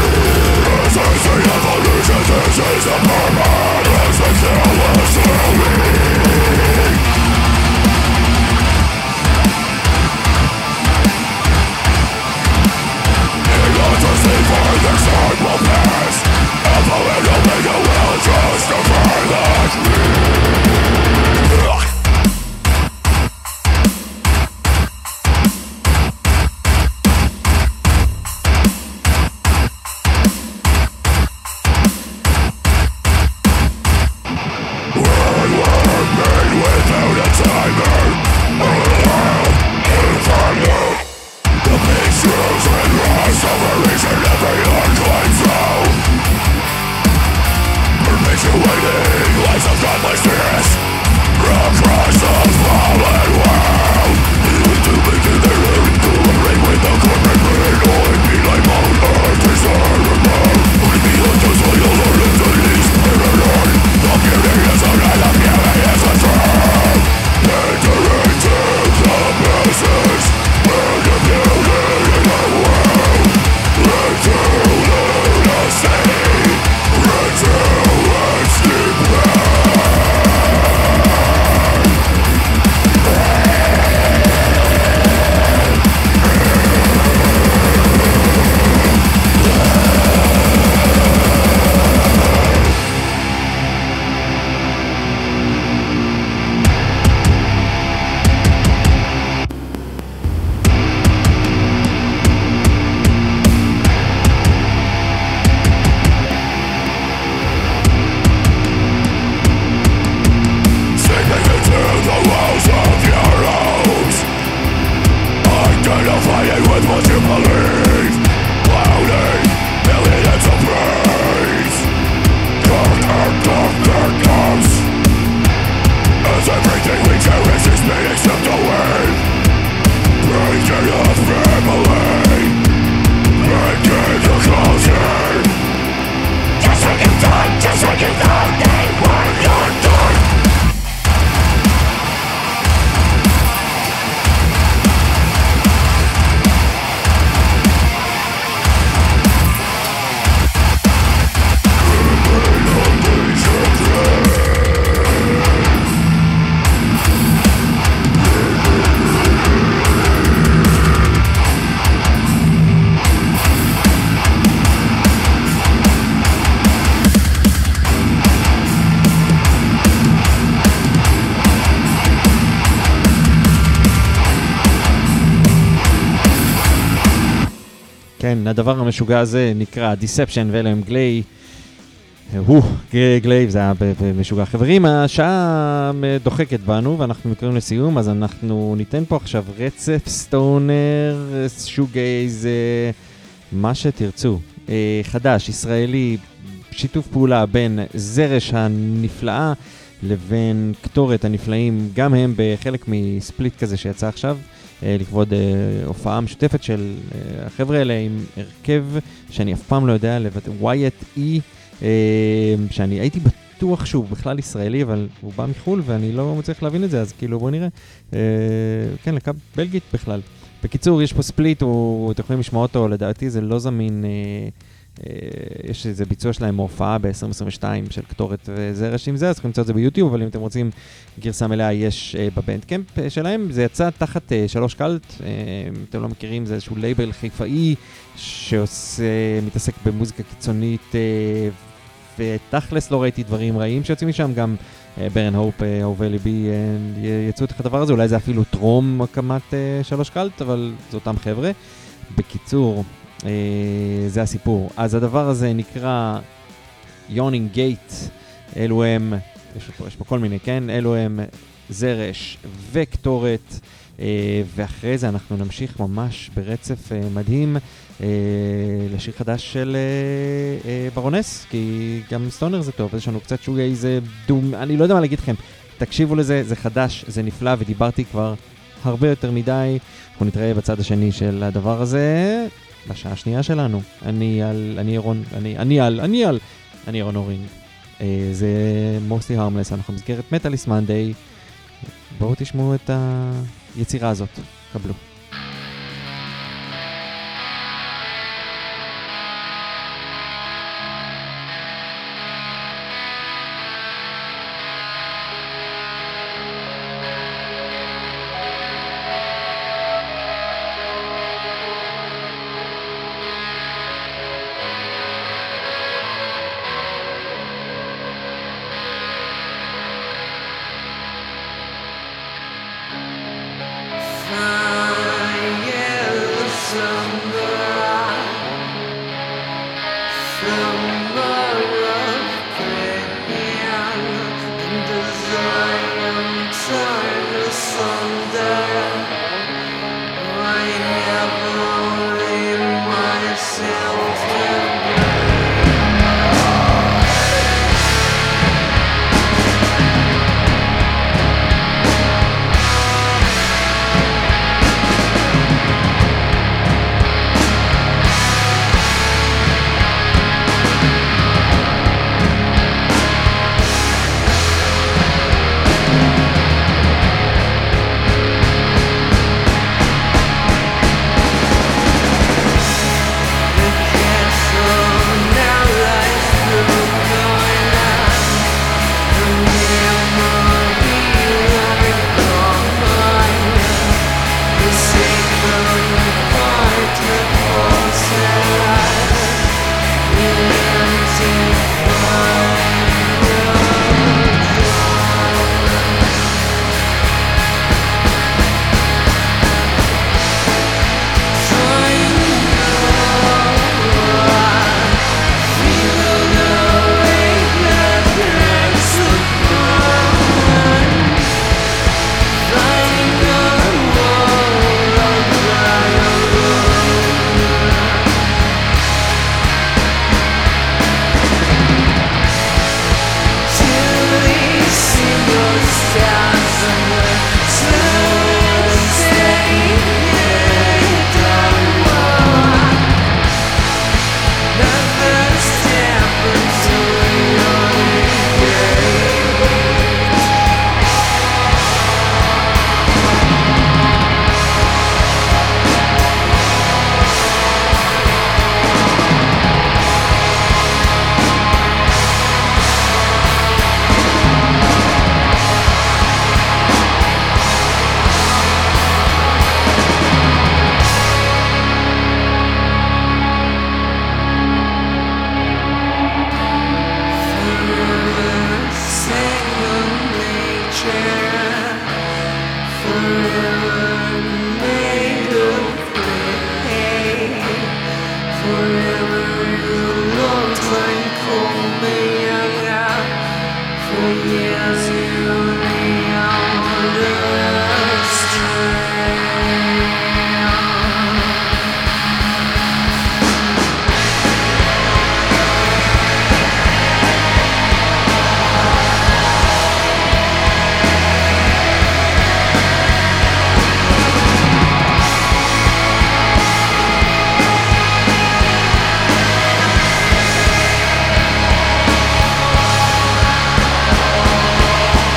כן, הדבר המשוגע הזה נקרא Deception ואלה הם גליי. הוא, גלייב, זה היה משוגע. חברים, השעה דוחקת בנו ואנחנו מקרים לסיום, אז אנחנו ניתן פה עכשיו רצף סטונר, שוגייז, מה שתרצו. חדש, ישראלי, שיתוף פעולה בין זרש הנפלאה לבין קטורת הנפלאים, גם הם בחלק מספליט כזה שיצא עכשיו, לכבוד הופעה משותפת של החבר'ה האלה עם הרכב שאני אף פעם לא יודע לבטא, ווייט אי, שאני הייתי בטוח שהוא בכלל ישראלי, אבל הוא בא מחול ואני לא מצליח להבין את זה, אז כאילו בוא נראה. כן, לקה בלגית בכלל. בקיצור, יש פה ספליט, אתם יכולים לשמוע אותו, לדעתי זה לא זמין, יש איזה ביצוע שלהם מהופעה ב-עשרים עשרים ושתיים של קטורת וזרש עם זה, אז יכולים למצוא את זה ביוטיוב, אבל אם אתם רוצים גרסה מלאה יש בבנדקמפ שלהם. זה יצא תחת שלוש קלט, אתם לא מכירים, זה איזשהו לייבל חיפאי שמתעסק במוזיקה קיצונית, ותכלס לא ראיתי דברים רעים שיוצאים משם, גם ברן הופ, אהובי ליבי, יצאו את הדבר הזה, אולי זה אפילו טרום הקמת שלוש קלט, אבל זה אותם חבר'ה. בקיצור, זה הסיפור. אז הדבר הזה נקרא Yawning Gate, אלו הם, יש פה, יש פה כל מיני, כן? אלו הם זרש וקטורת, ואחרי זה אנחנו נמשיך ממש ברצף מדהים לשיר חדש של ברונס, כי גם סטונר זה טוב, אז יש לנו קצת שוגי איזה דום, אני לא יודע מה להגיד לכם, תקשיבו לזה, זה חדש, זה נפלא, ודיברתי כבר הרבה יותר מדי. אנחנו נתראה בצד השני של הדבר הזה בשעה השנייה שלנו. אני על, אני אירון, אני, אני על, אני על, אני אירון הורינג. זה Mostly Harmless, אנחנו במסגרת Metalist Monday. בואו תשמעו את היצירה הזאת, קבלו. From Thank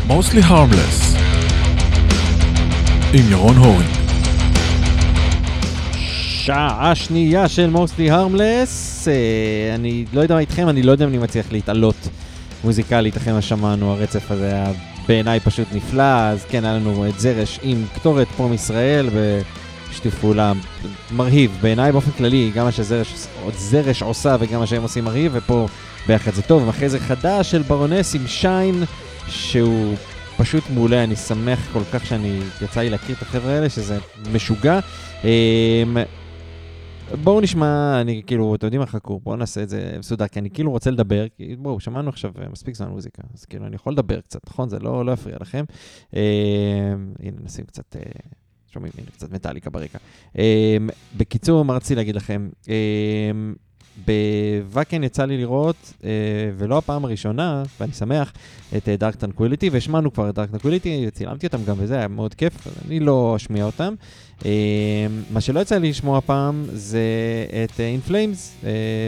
Mostly Harmless עם ירון הורינג. שעה שנייה של Mostly Harmless. אני לא יודע מה איתכם, אני לא יודע אם אני מצליח להתעלות מוזיקלית אחרי מה שמענו. הרצף הזה היה בעיניי פשוט נפלא. אז כן, היה לנו את זרש עם קטורת פה מישראל בשיתוף פעולה מרהיב בעיניי באופן כללי, גם מה שזרש זרש עושה וגם מה שהם עושים מרהיב, ופה ביחד זה טוב. ואחרי זה חדש של ברונס עם שיין שהוא פשוט מעולה. אני שמח כל כך שאני יצא לי להכיר את החבר'ה האלה, שזה משוגע. בואו נשמע, אני כאילו, אתם יודעים מה, חכו, בואו נעשה את זה מסודר, כי אני כאילו רוצה לדבר, כי בואו, שמענו עכשיו מספיק זמן מוזיקה, אז כאילו אני יכול לדבר קצת, נכון? זה לא, לא יפריע לכם. הנה, נשים קצת, שומעים, הנה, קצת מטאליקה ברקע. בקיצור, מה רציתי להגיד לכם? בוואקן יצא לי לראות, ולא הפעם הראשונה, ואני שמח, את Dark Tranquillity, והשמענו כבר את Dark Tranquillity, צילמתי אותם גם וזה, היה מאוד כיף, אני לא אשמיע אותם. מה שלא יצא לי לשמוע הפעם זה את In Flames,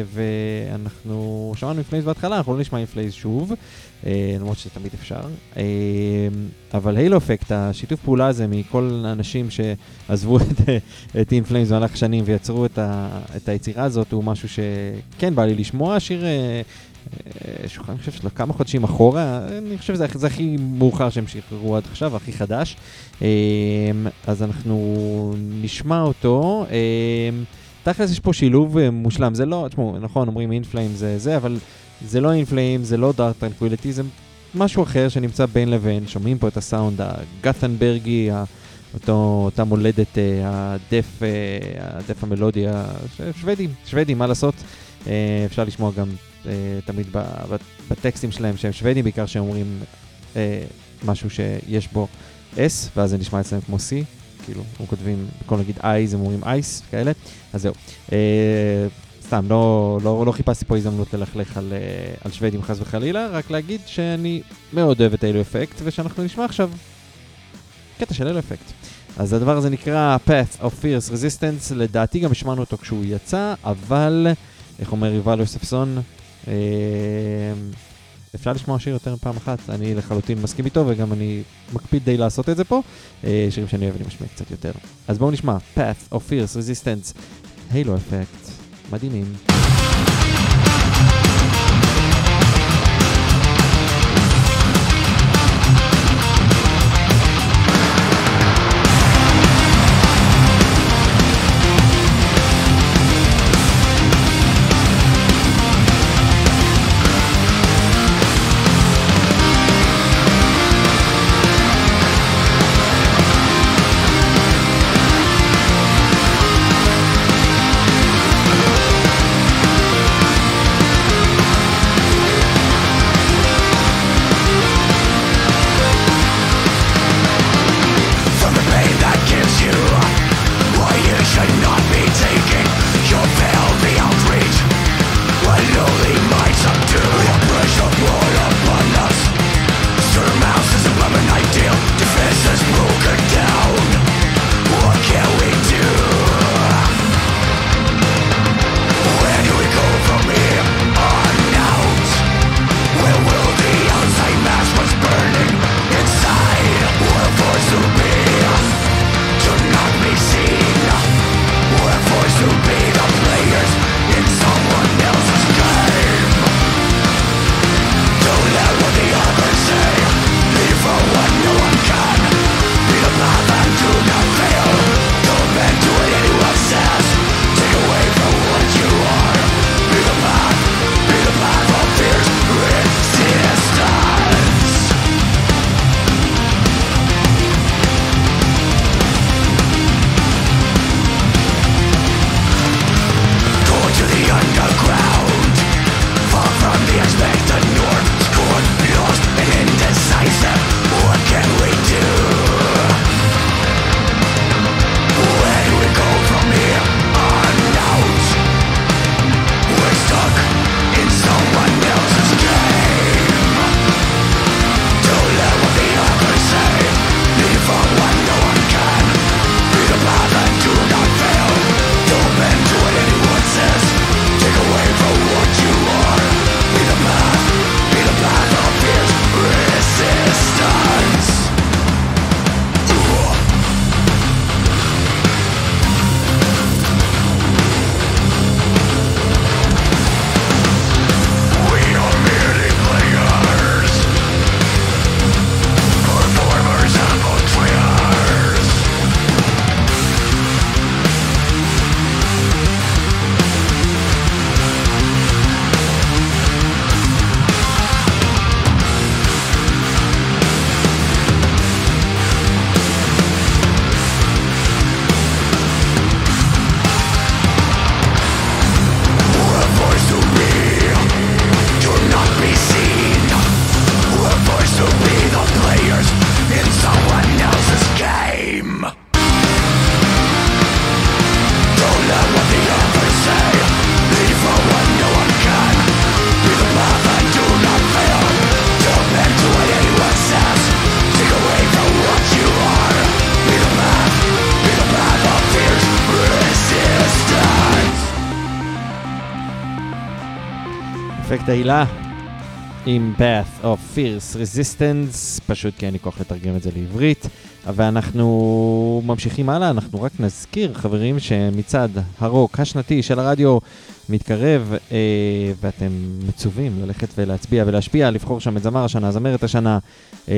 ואנחנו שמענו In Flames בהתחלה, אנחנו לא נשמע In Flames שוב, למרות שתמיד אפשר. אבל הילו אפקט, השיתוף פעולה הזה מכל האנשים שעזבו את In Flames במהלך שנים ויצרו את היצירה הזאת, הוא משהו שכן בא לי לשמוע. השיר שולחן, אני חושב שלו כמה חודשים אחורה, אני חושב שזה זה הכי מאוחר שהם שחררו עד עכשיו, הכי חדש. אז אנחנו נשמע אותו. תכלס יש פה שילוב מושלם, זה לא, תשמעו, נכון, אומרים In Flames זה זה, אבל זה לא In Flames, זה לא Dark Tranquillity, זה משהו אחר שנמצא בין לבין. שומעים פה את הסאונד הגת'נברגי, אותו, אותה מולדת, הדף, הדף המלודי, השוודי, שוודי, מה לעשות? אפשר לשמוע גם תמיד בטקסטים שלהם שהם שוודים, בעיקר שהם אומרים משהו שיש בו S, ואז זה נשמע אצלם כמו C, כאילו, הם כותבים, בכל נגיד I, הם אומרים אייס, כאלה, אז זהו. סתם, לא, לא, לא חיפשתי פה הזדמנות ללכלך על, על שוודים חס וחלילה, רק להגיד שאני מאוד אוהב את הילו אפקט, ושאנחנו נשמע עכשיו קטע של הילו אפקט. אז הדבר הזה נקרא Path of Fierce Resistance, לדעתי גם השמענו אותו כשהוא יצא, אבל, איך אומר יובל יוספסון, אה, אפשר לשמוע שיר יותר פעם אחת, אני לחלוטין מסכים איתו, וגם אני מקפיד די לעשות את זה פה, אה, שירים שאני אוהב אני משמיע קצת יותר. אז בואו נשמע, Path of Fierce Resistance, הילו אפקט, מדהימים. We'll be right back. אפקט העילה עם Path of Fierce Resistance, פשוט כי אין לי כוח לתרגם את זה לעברית, ואנחנו ממשיכים הלאה. אנחנו רק נזכיר, חברים, שמצד הרוק השנתי של הרדיו מתקרב, אה, ואתם מצווים ללכת ולהצביע ולהשפיע, לבחור שם את זמר השנה, זמרת השנה, אה,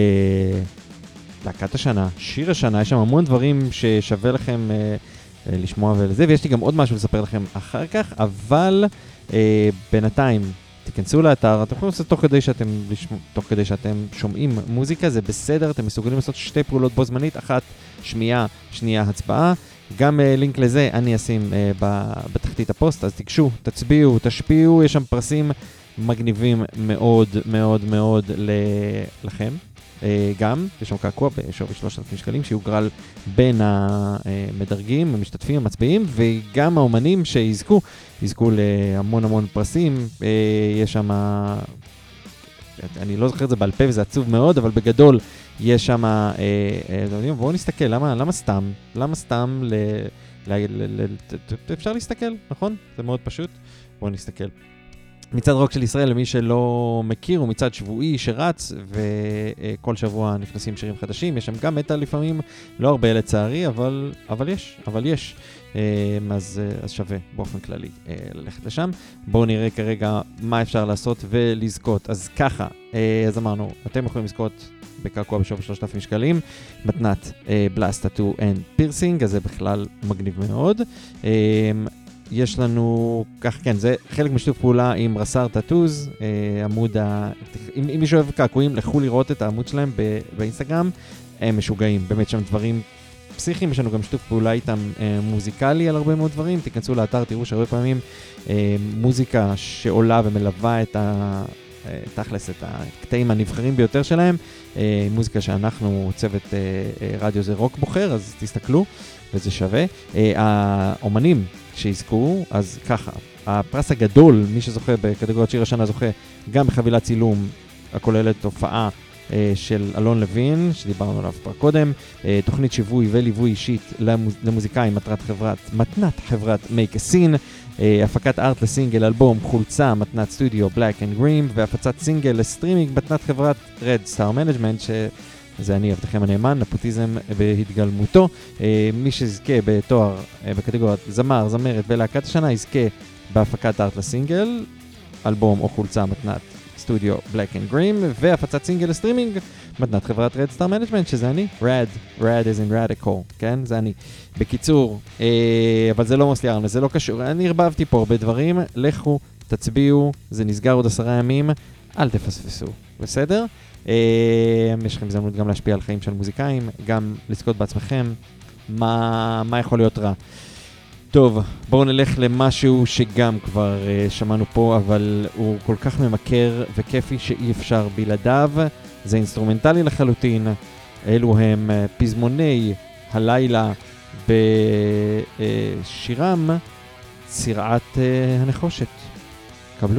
להקת השנה, שיר השנה, יש שם המון דברים ששווה לכם אה, אה, לשמוע ולזה, ויש לי גם עוד משהו לספר לכם אחר כך, אבל אה, בינתיים תיכנסו לאתר, אתם יכולים לעשות תוך כדי שאתם, תוך כדי שאתם שומעים מוזיקה, זה בסדר, אתם מסוגלים לעשות שתי פעולות בו זמנית, אחת שמיעה, שנייה הצבעה, גם uh, לינק לזה אני אשים uh, בתחתית הפוסט, אז תיגשו, תצביעו, תשפיעו, יש שם פרסים מגניבים מאוד מאוד מאוד ל- לכם. Uh, גם, יש שם קעקוע בשווי שלושת אלפים שקלים שיוגרל בין המדרגים, המשתתפים, המצביעים, וגם האומנים שיזכו, יזכו להמון המון פרסים. Uh, יש שם, אני לא זוכר את זה בעל פה וזה עצוב מאוד, אבל בגדול יש שם, uh, uh, בואו נסתכל, למה, למה סתם? למה סתם? ל, ל, ל, ל, אפשר להסתכל, נכון? זה מאוד פשוט. בואו נסתכל. מצד רוק של ישראל, למי שלא מכיר, הוא מצד שבועי שרץ, וכל שבוע נכנסים שירים חדשים. יש שם גם מטל לפעמים, לא הרבה לצערי, אבל, אבל יש, אבל יש. אז, אז שווה באופן כללי ללכת לשם. בואו נראה כרגע מה אפשר לעשות ולזכות. אז ככה, אז אמרנו, אתם יכולים לזכות בקעקוע בשווי שלושת אלפים שקלים, מתנת בלאסט טאטו אנד פירסינג, אז זה בכלל מגניב מאוד. יש לנו, כך כן, זה חלק משיתוף פעולה עם רס"ר טאטוז, אה, עמוד ה... אם, אם מישהו אוהב קעקועים, לכו לראות את העמוד שלהם ב, באינסטגרם, הם משוגעים, באמת שם דברים פסיכיים, יש לנו גם שיתוף פעולה איתם אה, מוזיקלי על הרבה מאוד דברים, תיכנסו לאתר, תראו שהרבה פעמים אה, מוזיקה שעולה ומלווה את ה... תכלס את הקטעים הנבחרים ביותר שלהם, אה, מוזיקה שאנחנו, צוות אה, אה, רדיו זה רוק בוחר, אז תסתכלו, וזה שווה. אה, האומנים שיזכו, אז ככה, הפרס הגדול, מי שזוכה בקטגוריית שיר השנה זוכה גם בחבילת צילום הכוללת הופעה אה, של אלון לוין, שדיברנו עליו כבר קודם, אה, תוכנית שיווי וליווי אישית למוז... למוזיקאים, מטרת חברת, מתנת חברת Make a Scene, אה, הפקת ארט לסינגל, אלבום, חולצה, מתנת סטודיו, Black and Green, והפצת סינגל לסטרימינג, מתנת חברת Red Star Management, ש... זה אני אבטחם הנאמן, נפוטיזם בהתגלמותו. מי שזכה בתואר בקטגוריית זמר, זמרת ולהקת השנה, יזכה בהפקת ארט לסינגל, אלבום או חולצה מתנת סטודיו Black and Green, והפצת סינגל לסטרימינג, מתנת חברת Red Star Management, שזה אני, Rad, Rad is in Radical, כן? זה אני. בקיצור, אבל זה לא מוסלי ארמלס, זה לא קשור, אני הרבבתי פה הרבה דברים, לכו, תצביעו, זה נסגר עוד עשרה ימים, אל תפספסו, בסדר? יש לכם הזדמנות גם להשפיע על חיים של מוזיקאים, גם לזכות בעצמכם, מה, מה יכול להיות רע. טוב, בואו נלך למשהו שגם כבר uh, שמענו פה, אבל הוא כל כך ממכר וכיפי שאי אפשר בלעדיו, זה אינסטרומנטלי לחלוטין, אלו הם uh, פזמוני הלילה בשירם uh, צירעת uh, הנחושת. קבלו.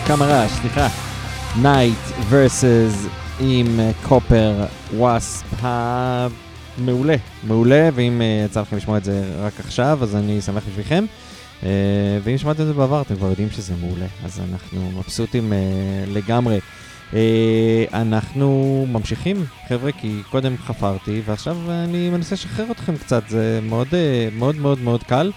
קאמרה, סליחה. Night versus עם קופר וואספ המעולה, מעולה, ואם יצא לכם לשמוע את זה רק עכשיו, אז אני שמח בשבילכם. ואם שמעתם את זה בעבר, אתם כבר יודעים שזה מעולה, אז אנחנו מבסוטים לגמרי. אנחנו ממשיכים, חבר'ה, כי קודם חפרתי, ועכשיו אני מנסה לשחרר אתכם קצת, זה מאוד מאוד מאוד מאוד קל.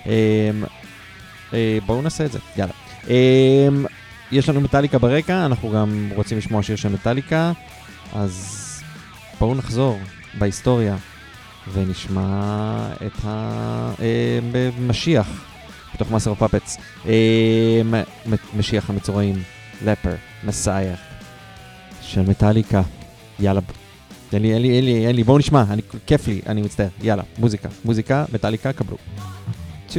בואו נעשה את זה, יאללה. יש לנו מטליקה ברקע, אנחנו גם רוצים לשמוע שיר של מטליקה, אז בואו נחזור בהיסטוריה ונשמע את המשיח בתוך מאסטר אוף פאפטס, משיח המצורעים, לפר, מסייח של מטליקה. יאללה, אין לי, אין לי, אין לי, אין לי, בואו נשמע, אני, כיף לי, אני מצטער, יאללה, מוזיקה, מוזיקה, מטליקה, קבלו. two.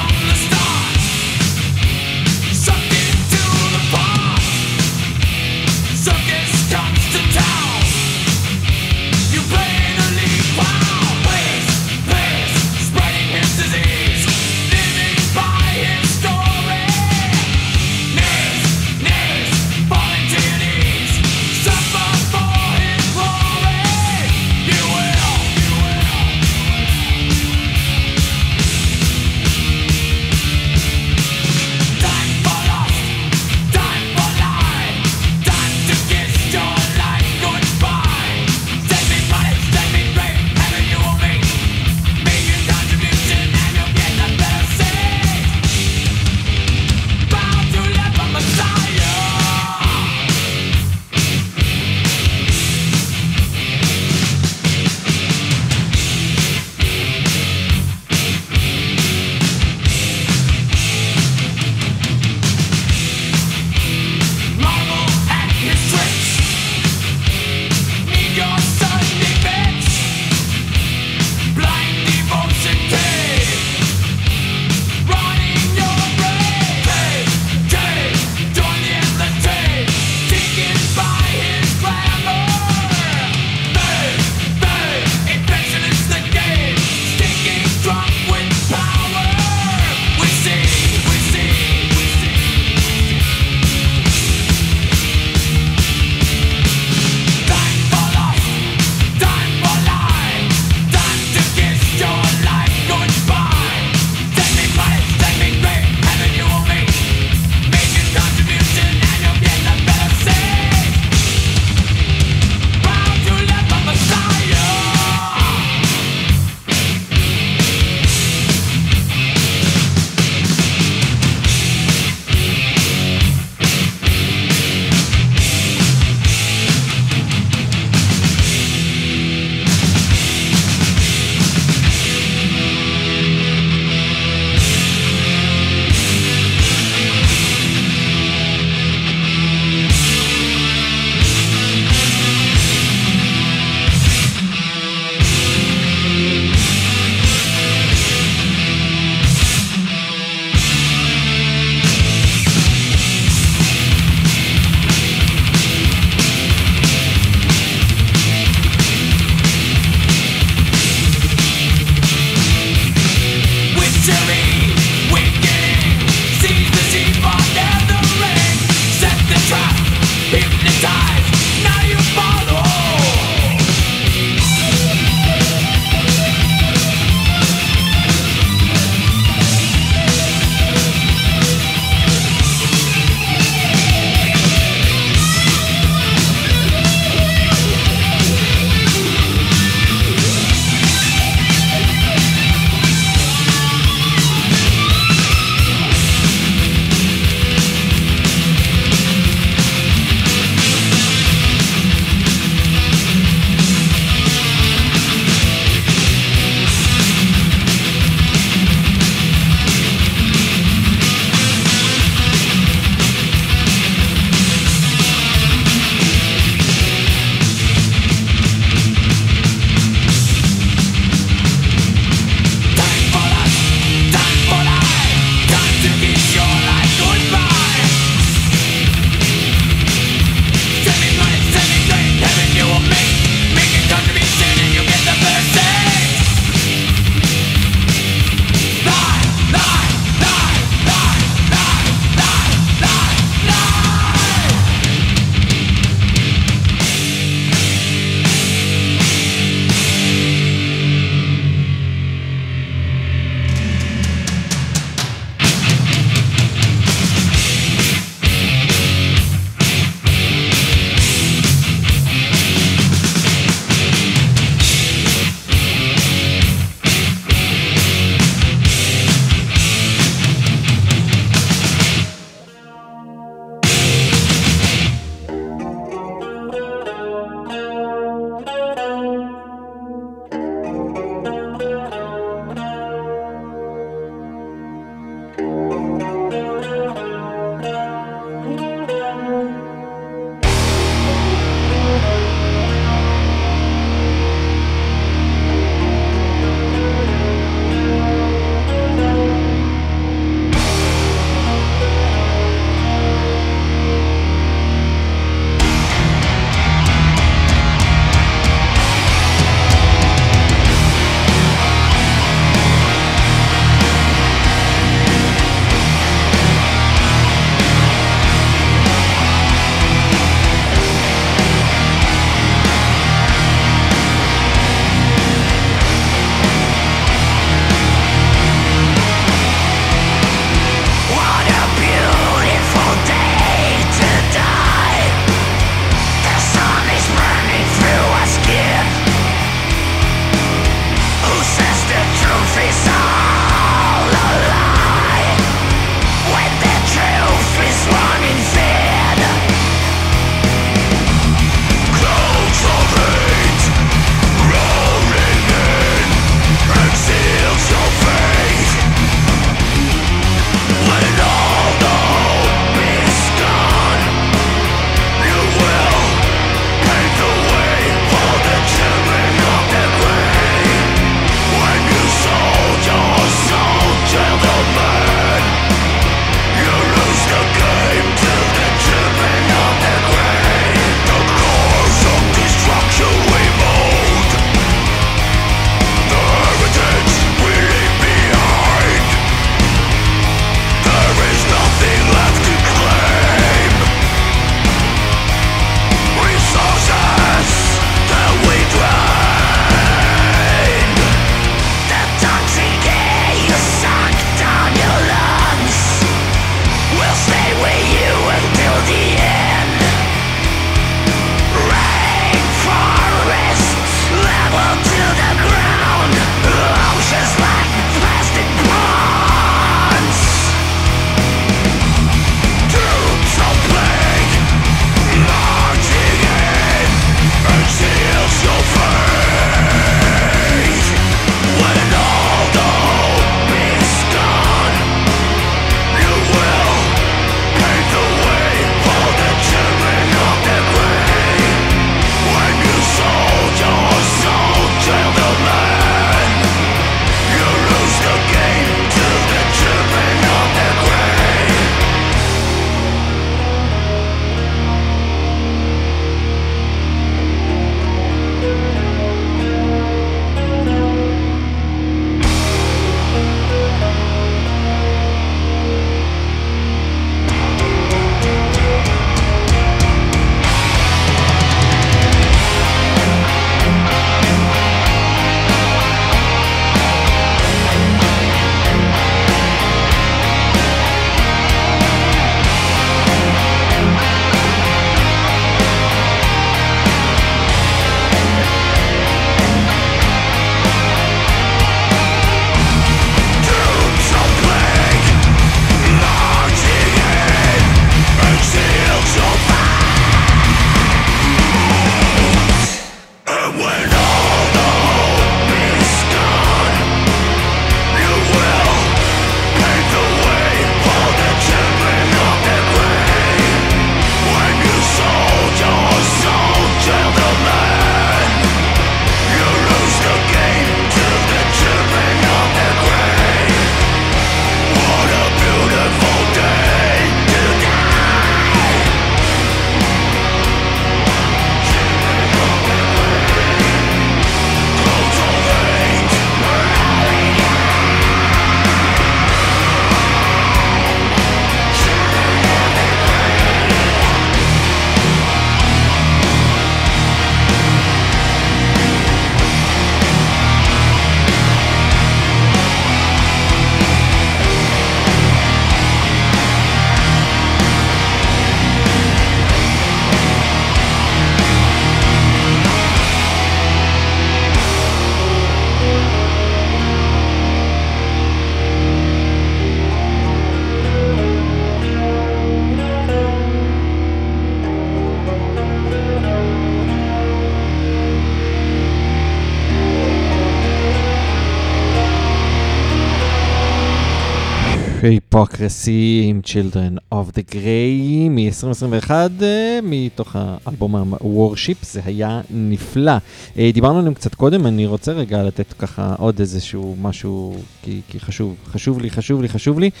היפוקרסי עם Children of the Grey מ-עשרים עשרים ואחת, מתוך האלבום ה-Worship. זה היה נפלא. דיברנו עליהם קצת קודם, אני רוצה רגע לתת ככה עוד איזשהו משהו, כי, כי חשוב, חשוב לי, חשוב לי, חשוב לי.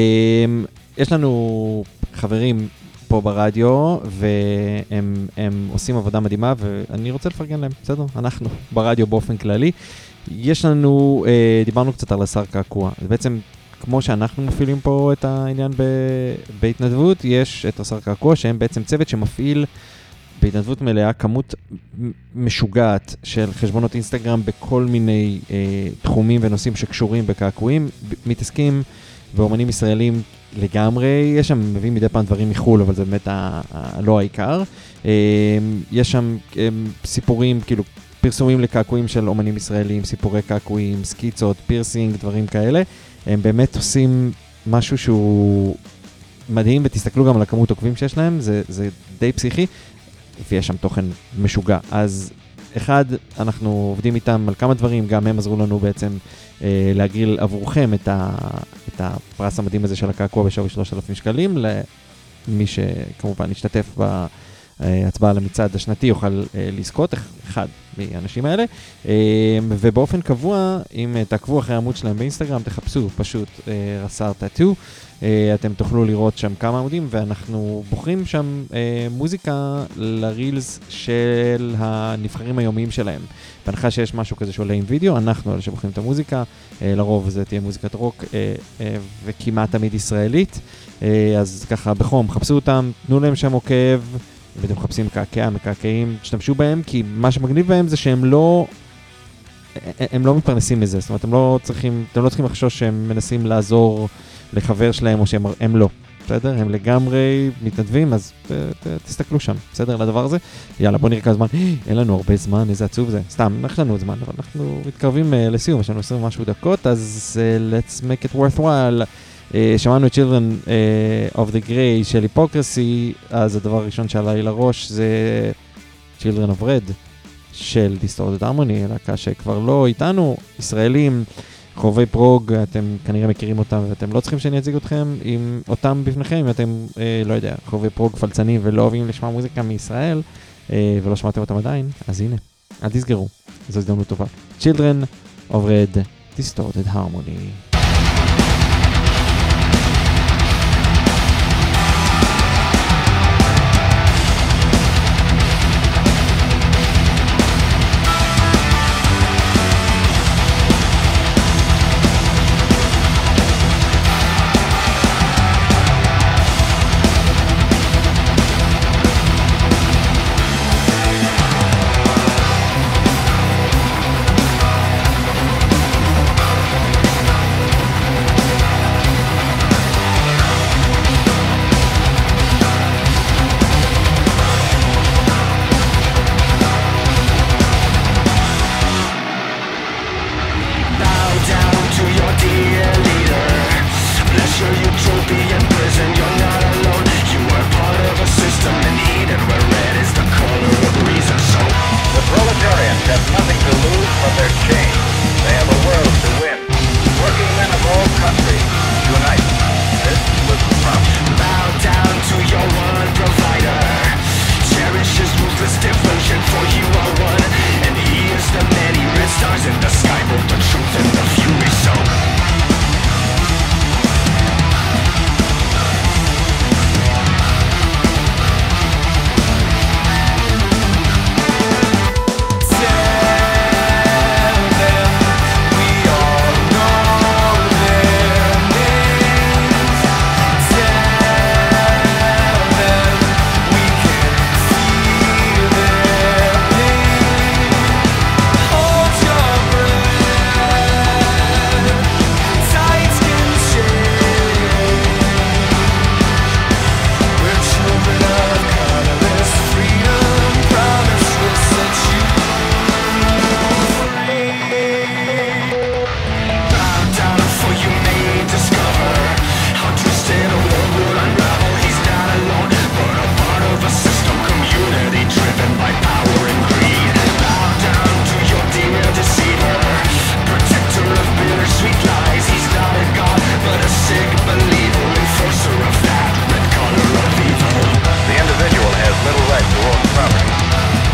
יש לנו חברים פה ברדיו, והם הם עושים עבודה מדהימה, ואני רוצה לפרגן להם, בסדר? אנחנו ברדיו באופן כללי. יש לנו, דיברנו קצת על השר קעקוע. זה בעצם כמו שאנחנו מפעילים פה את העניין ב- בהתנדבות, יש את השר קעקוע, שהם בעצם צוות שמפעיל בהתנדבות מלאה כמות משוגעת של חשבונות אינסטגרם בכל מיני אה, תחומים ונושאים שקשורים בקעקועים, ב- מתעסקים באומנים ישראלים לגמרי. יש שם, מביאים מדי פעם דברים מחול, אבל זה באמת ה- ה- לא העיקר. אה, יש שם אה, סיפורים, כאילו פרסומים לקעקועים של אומנים ישראלים, סיפורי קעקועים, סקיצות, פירסינג, דברים כאלה. הם באמת עושים משהו שהוא מדהים, ותסתכלו גם על הכמות עוקבים שיש להם, זה, זה די פסיכי, ויש שם תוכן משוגע. אז אחד, אנחנו עובדים איתם על כמה דברים, גם הם עזרו לנו בעצם אה, להגריל עבורכם את, ה, את הפרס המדהים הזה של הקעקוע בשווי שלושת אלפים שקלים, למי שכמובן ישתתף ב... הצבעה למצעד השנתי יוכל לזכות, אחד מהאנשים האלה, ובאופן קבוע, אם תעקבו אחרי העמוד שלהם באינסטגרם, תחפשו פשוט רס"ר טאטו, אתם תוכלו לראות שם כמה עמודים, ואנחנו בוחרים שם מוזיקה לרילס של הנבחרים היומיים שלהם. בהנחה שיש משהו כזה שעולה עם וידאו, אנחנו אלה שבוחרים את המוזיקה, לרוב זה תהיה מוזיקת רוק, וכמעט תמיד ישראלית, אז ככה בחום, חפשו אותם, תנו להם שם עוקב, ואתם מחפשים מקעקע, מקעקעים, תשתמשו בהם, כי מה שמגניב בהם זה שהם לא, הם לא מתפרנסים מזה, זאת אומרת, הם לא צריכים, אתם לא צריכים לחשוש שהם מנסים לעזור לחבר שלהם, או שהם הם לא, בסדר? הם לגמרי מתנדבים, אז ת, ת, תסתכלו שם, בסדר? לדבר הזה. יאללה, בוא נראה כמה זמן, אין לנו הרבה זמן, איזה עצוב זה, סתם, יש לנו עוד זמן, אבל אנחנו מתקרבים uh, לסיום, יש לנו עשרים משהו דקות, אז uh, let's make it worthwhile. Uh, שמענו את Children uh, of the Grey של היפוקרסי, אז הדבר הראשון שעלה לי לראש זה Children of Red של Distorted Harmony, להקה שכבר לא איתנו, ישראלים, חובבי פרוג, אתם כנראה מכירים אותם ואתם לא צריכים שאני אציג אתכם עם אותם בפניכם, אם אתם, uh, לא יודע, חובבי פרוג פלצנים ולא אוהבים לשמוע מוזיקה מישראל uh, ולא שמעתם אותם עדיין, אז הנה, אל תסגרו, זו הזדמנות טובה. Children of Red, Distorted Harmony.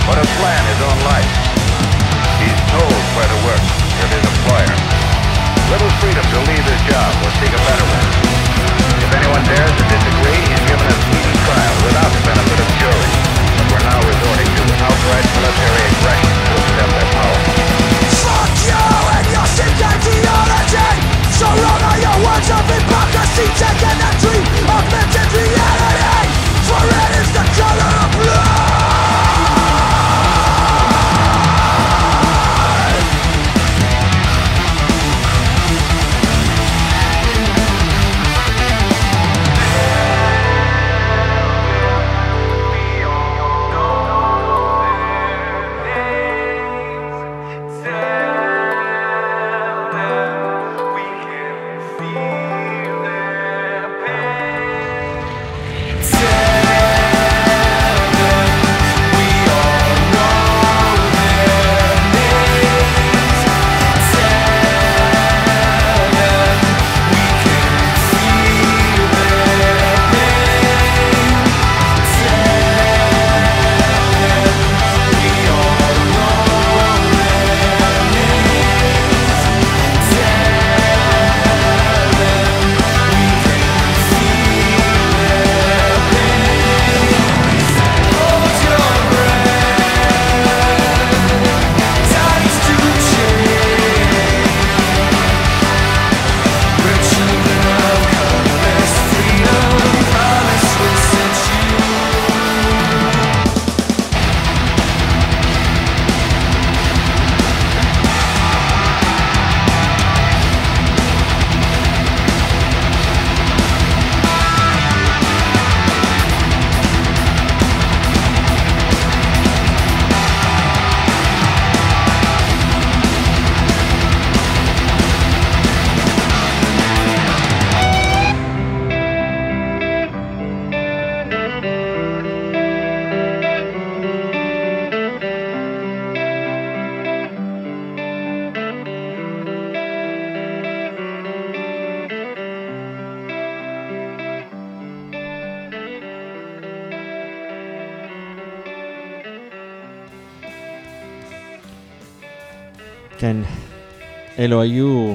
but to plan his own life. He's told where to work with his employer. Little freedom to leave his job or seek a better one. If anyone dares to disagree, he's given a speedy trial without the benefit of jury. But we're now resorting to outright military aggression to extend their power. Fuck you and your sick ideology! So long are your words of hypocrisy, taking a dream of mental reality. For it is the color of blood. כן, אלו היו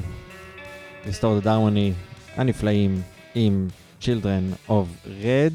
ריסטור דה דרמוני הנפלאים עם Children of Red.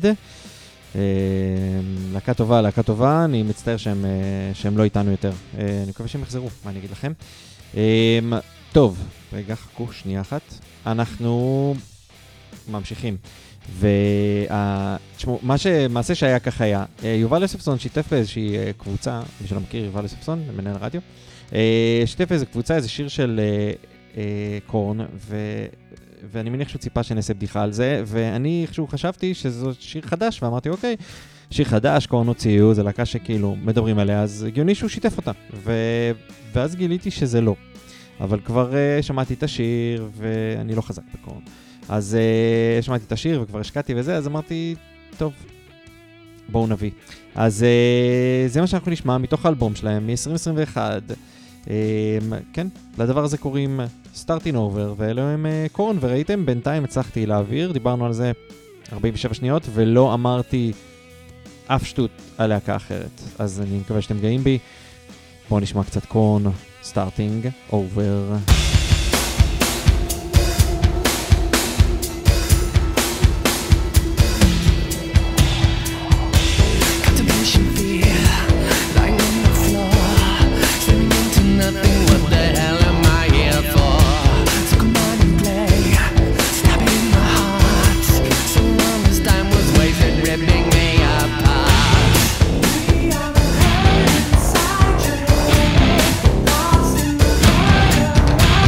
להקה טובה, להקה טובה, אני מצטער שהם, שהם לא איתנו יותר. אני מקווה שהם יחזרו, מה אני אגיד לכם. טוב, רגע, חכו שנייה אחת. אנחנו ממשיכים. ותשמעו, מה שמעשה שהיה כך היה, יובל יוספסון שיתף באיזושהי קבוצה, מי שלא מכיר, יובל יוספסון, מנהל רדיו, שיתף באיזו קבוצה, איזה שיר של קורן, ו... ואני מניח שהוא ציפה שנעשה בדיחה על זה, ואני איכשהו חשבתי שזה שיר חדש, ואמרתי, אוקיי, שיר חדש, קורן הוציאו, זה להקה שכאילו מדברים עליה, אז הגיוני שהוא שיתף אותה. ו... ואז גיליתי שזה לא. אבל כבר uh, שמעתי את השיר, ואני לא חזק בקורן. אז uh, שמעתי את השיר, וכבר השקעתי וזה, אז אמרתי, טוב, בואו נביא. אז uh, זה מה שאנחנו נשמע מתוך האלבום שלהם, מ-עשרים עשרים ואחת. Um, כן, לדבר הזה קוראים Starting Over, ואלו הם uh, קורן, וראיתם, בינתיים הצלחתי להעביר, דיברנו על זה ארבעים ושבע שניות, ולא אמרתי אף שטות על להקה אחרת. אז אני מקווה שאתם גאים בי. בואו נשמע קצת קורן, Starting Over. Apart.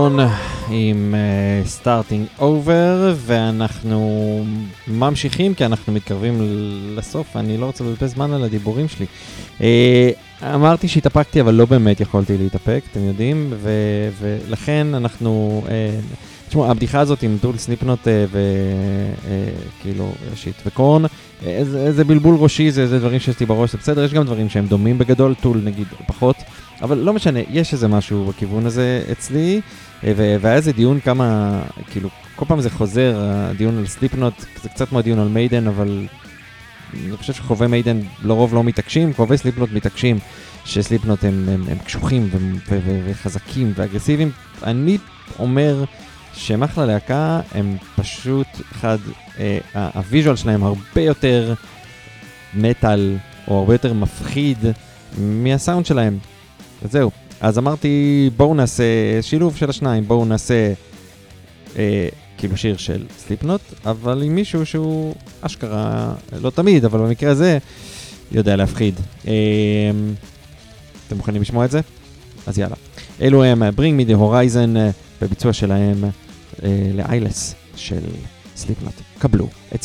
גורדון עם uh, Starting Over, ואנחנו ממשיכים כי אנחנו מתקרבים לסוף, אני לא רוצה לבזבז זמן על הדיבורים שלי. Uh, אמרתי שהתאפקתי, אבל לא באמת יכולתי להתאפק, אתם יודעים, ו- ולכן אנחנו... Uh, תשמעו, הבדיחה הזאת עם טול סליפנוט וכאילו שיט וקורן, איזה בלבול ראשי, זה דברים שיש לי בראש, זה בסדר, יש גם דברים שהם דומים בגדול, טול נגיד פחות, אבל לא משנה, יש איזה משהו בכיוון הזה אצלי, והיה איזה דיון כמה, כאילו, כל פעם זה חוזר, הדיון על סליפנוט, זה קצת כמו הדיון על מיידן, אבל אני חושב שחובי מיידן לרוב לא מתעקשים, חובי סליפנוט מתעקשים, שסליפנוט הם, הם, הם קשוחים ו- ו- ו- וחזקים ואגרסיביים. אני אומר שהם אחלה להקה, הם פשוט אחד, אה, הוויז'ואל שלהם הרבה יותר מטל, או הרבה יותר מפחיד מהסאונד שלהם. אז זהו. אז אמרתי, בואו נעשה שילוב של השניים, בואו נעשה אה, כאילו שיר של סליפנוט, אבל עם מישהו שהוא אשכרה, לא תמיד, אבל במקרה הזה, יודע להפחיד. אה, אתם מוכנים לשמוע את זה? אז יאללה. אלו הם Bring Me The Horizon, בביצוע שלהם אה, לאיילס של סליפנוט. קבלו את זה.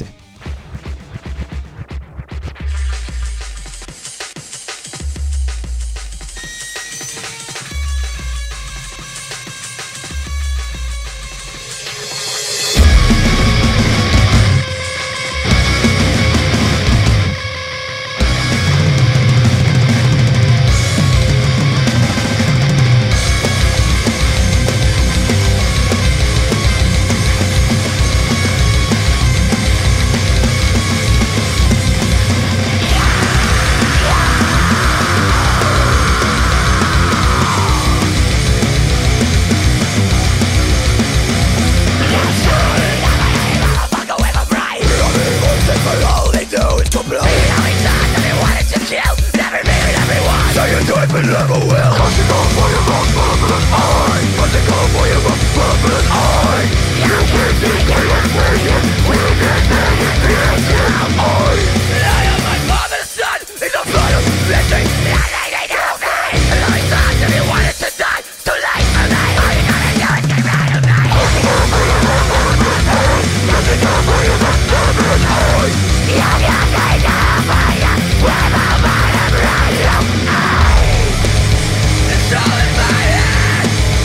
It's all in my head.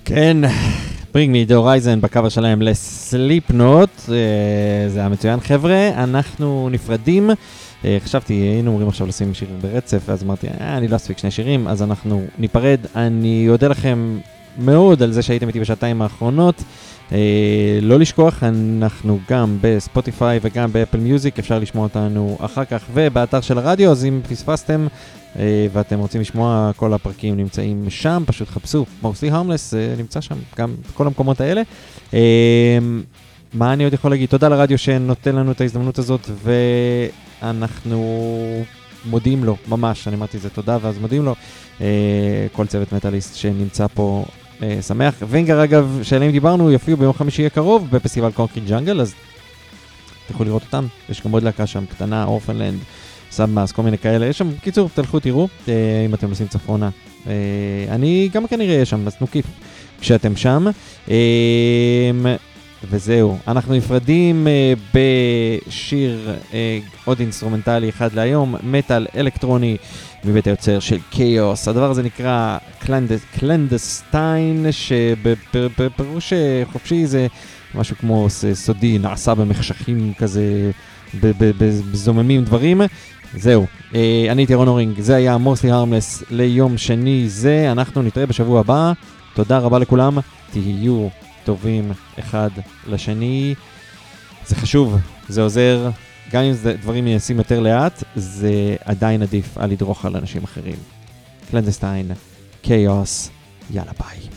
כן, Bring Me The Horizon בקאבר שלהם לסליפנוט, זה היה מצוין חבר'ה, אנחנו נפרדים, חשבתי היינו אומרים עכשיו לשים שירים ברצף, ואז אמרתי אני לא אספיק שני שירים, אז אנחנו ניפרד, אני יודע לכם מאוד על זה שהייתם איתי בשעתיים האחרונות, לא לשכוח, אנחנו גם בספוטיפיי וגם באפל מיוזיק, אפשר לשמוע אותנו אחר כך ובאתר של הרדיו, אז אם פספסתם ואתם רוצים לשמוע, כל הפרקים נמצאים שם, פשוט חפשו Mostly Harmless, נמצא שם גם בכל המקומות האלה. מה אני עוד יכול להגיד? תודה לרדיו שנותן לנו את ההזדמנות הזאת, ואנחנו מודים לו, ממש, אני אמרתי זה תודה, ואז מודים לו, כל צוות מטאליסט שנמצא פה שמח. וינגר אגב, שעליהם דיברנו, יופיעו ביום חמישי הקרוב בפסטיבל קונקריט ג'אנגל, אז תוכלו לראות אותם, יש גם עוד להקה שם, קטנה, אורפנלנד, סאבמאס, כל מיני כאלה, יש שם, קיצור, תלכו תראו, אה, אם אתם נוסעים צפונה. אה, אני גם כנראה יש שם, אז נוקיף כשאתם שם. אה, וזהו, אנחנו נפרדים אה, בשיר אה, עוד אינסטרומנטלי אחד להיום, מטל אלקטרוני מבית היוצר של קיוס. הדבר הזה נקרא קלנדסטיין, שבפירוש חופשי זה משהו כמו סודי, נעשה במחשכים כזה, בזוממים דברים. זהו, אני הייתי רון הורינג, זה היה Mostly Harmless ליום שני זה, אנחנו נתראה בשבוע הבא, תודה רבה לכולם, תהיו טובים אחד לשני, זה חשוב, זה עוזר, גם אם זה דברים נעשים יותר לאט, זה עדיין עדיף על לדרוך על אנשים אחרים. קלנדסטיין, קיוס, יאללה ביי.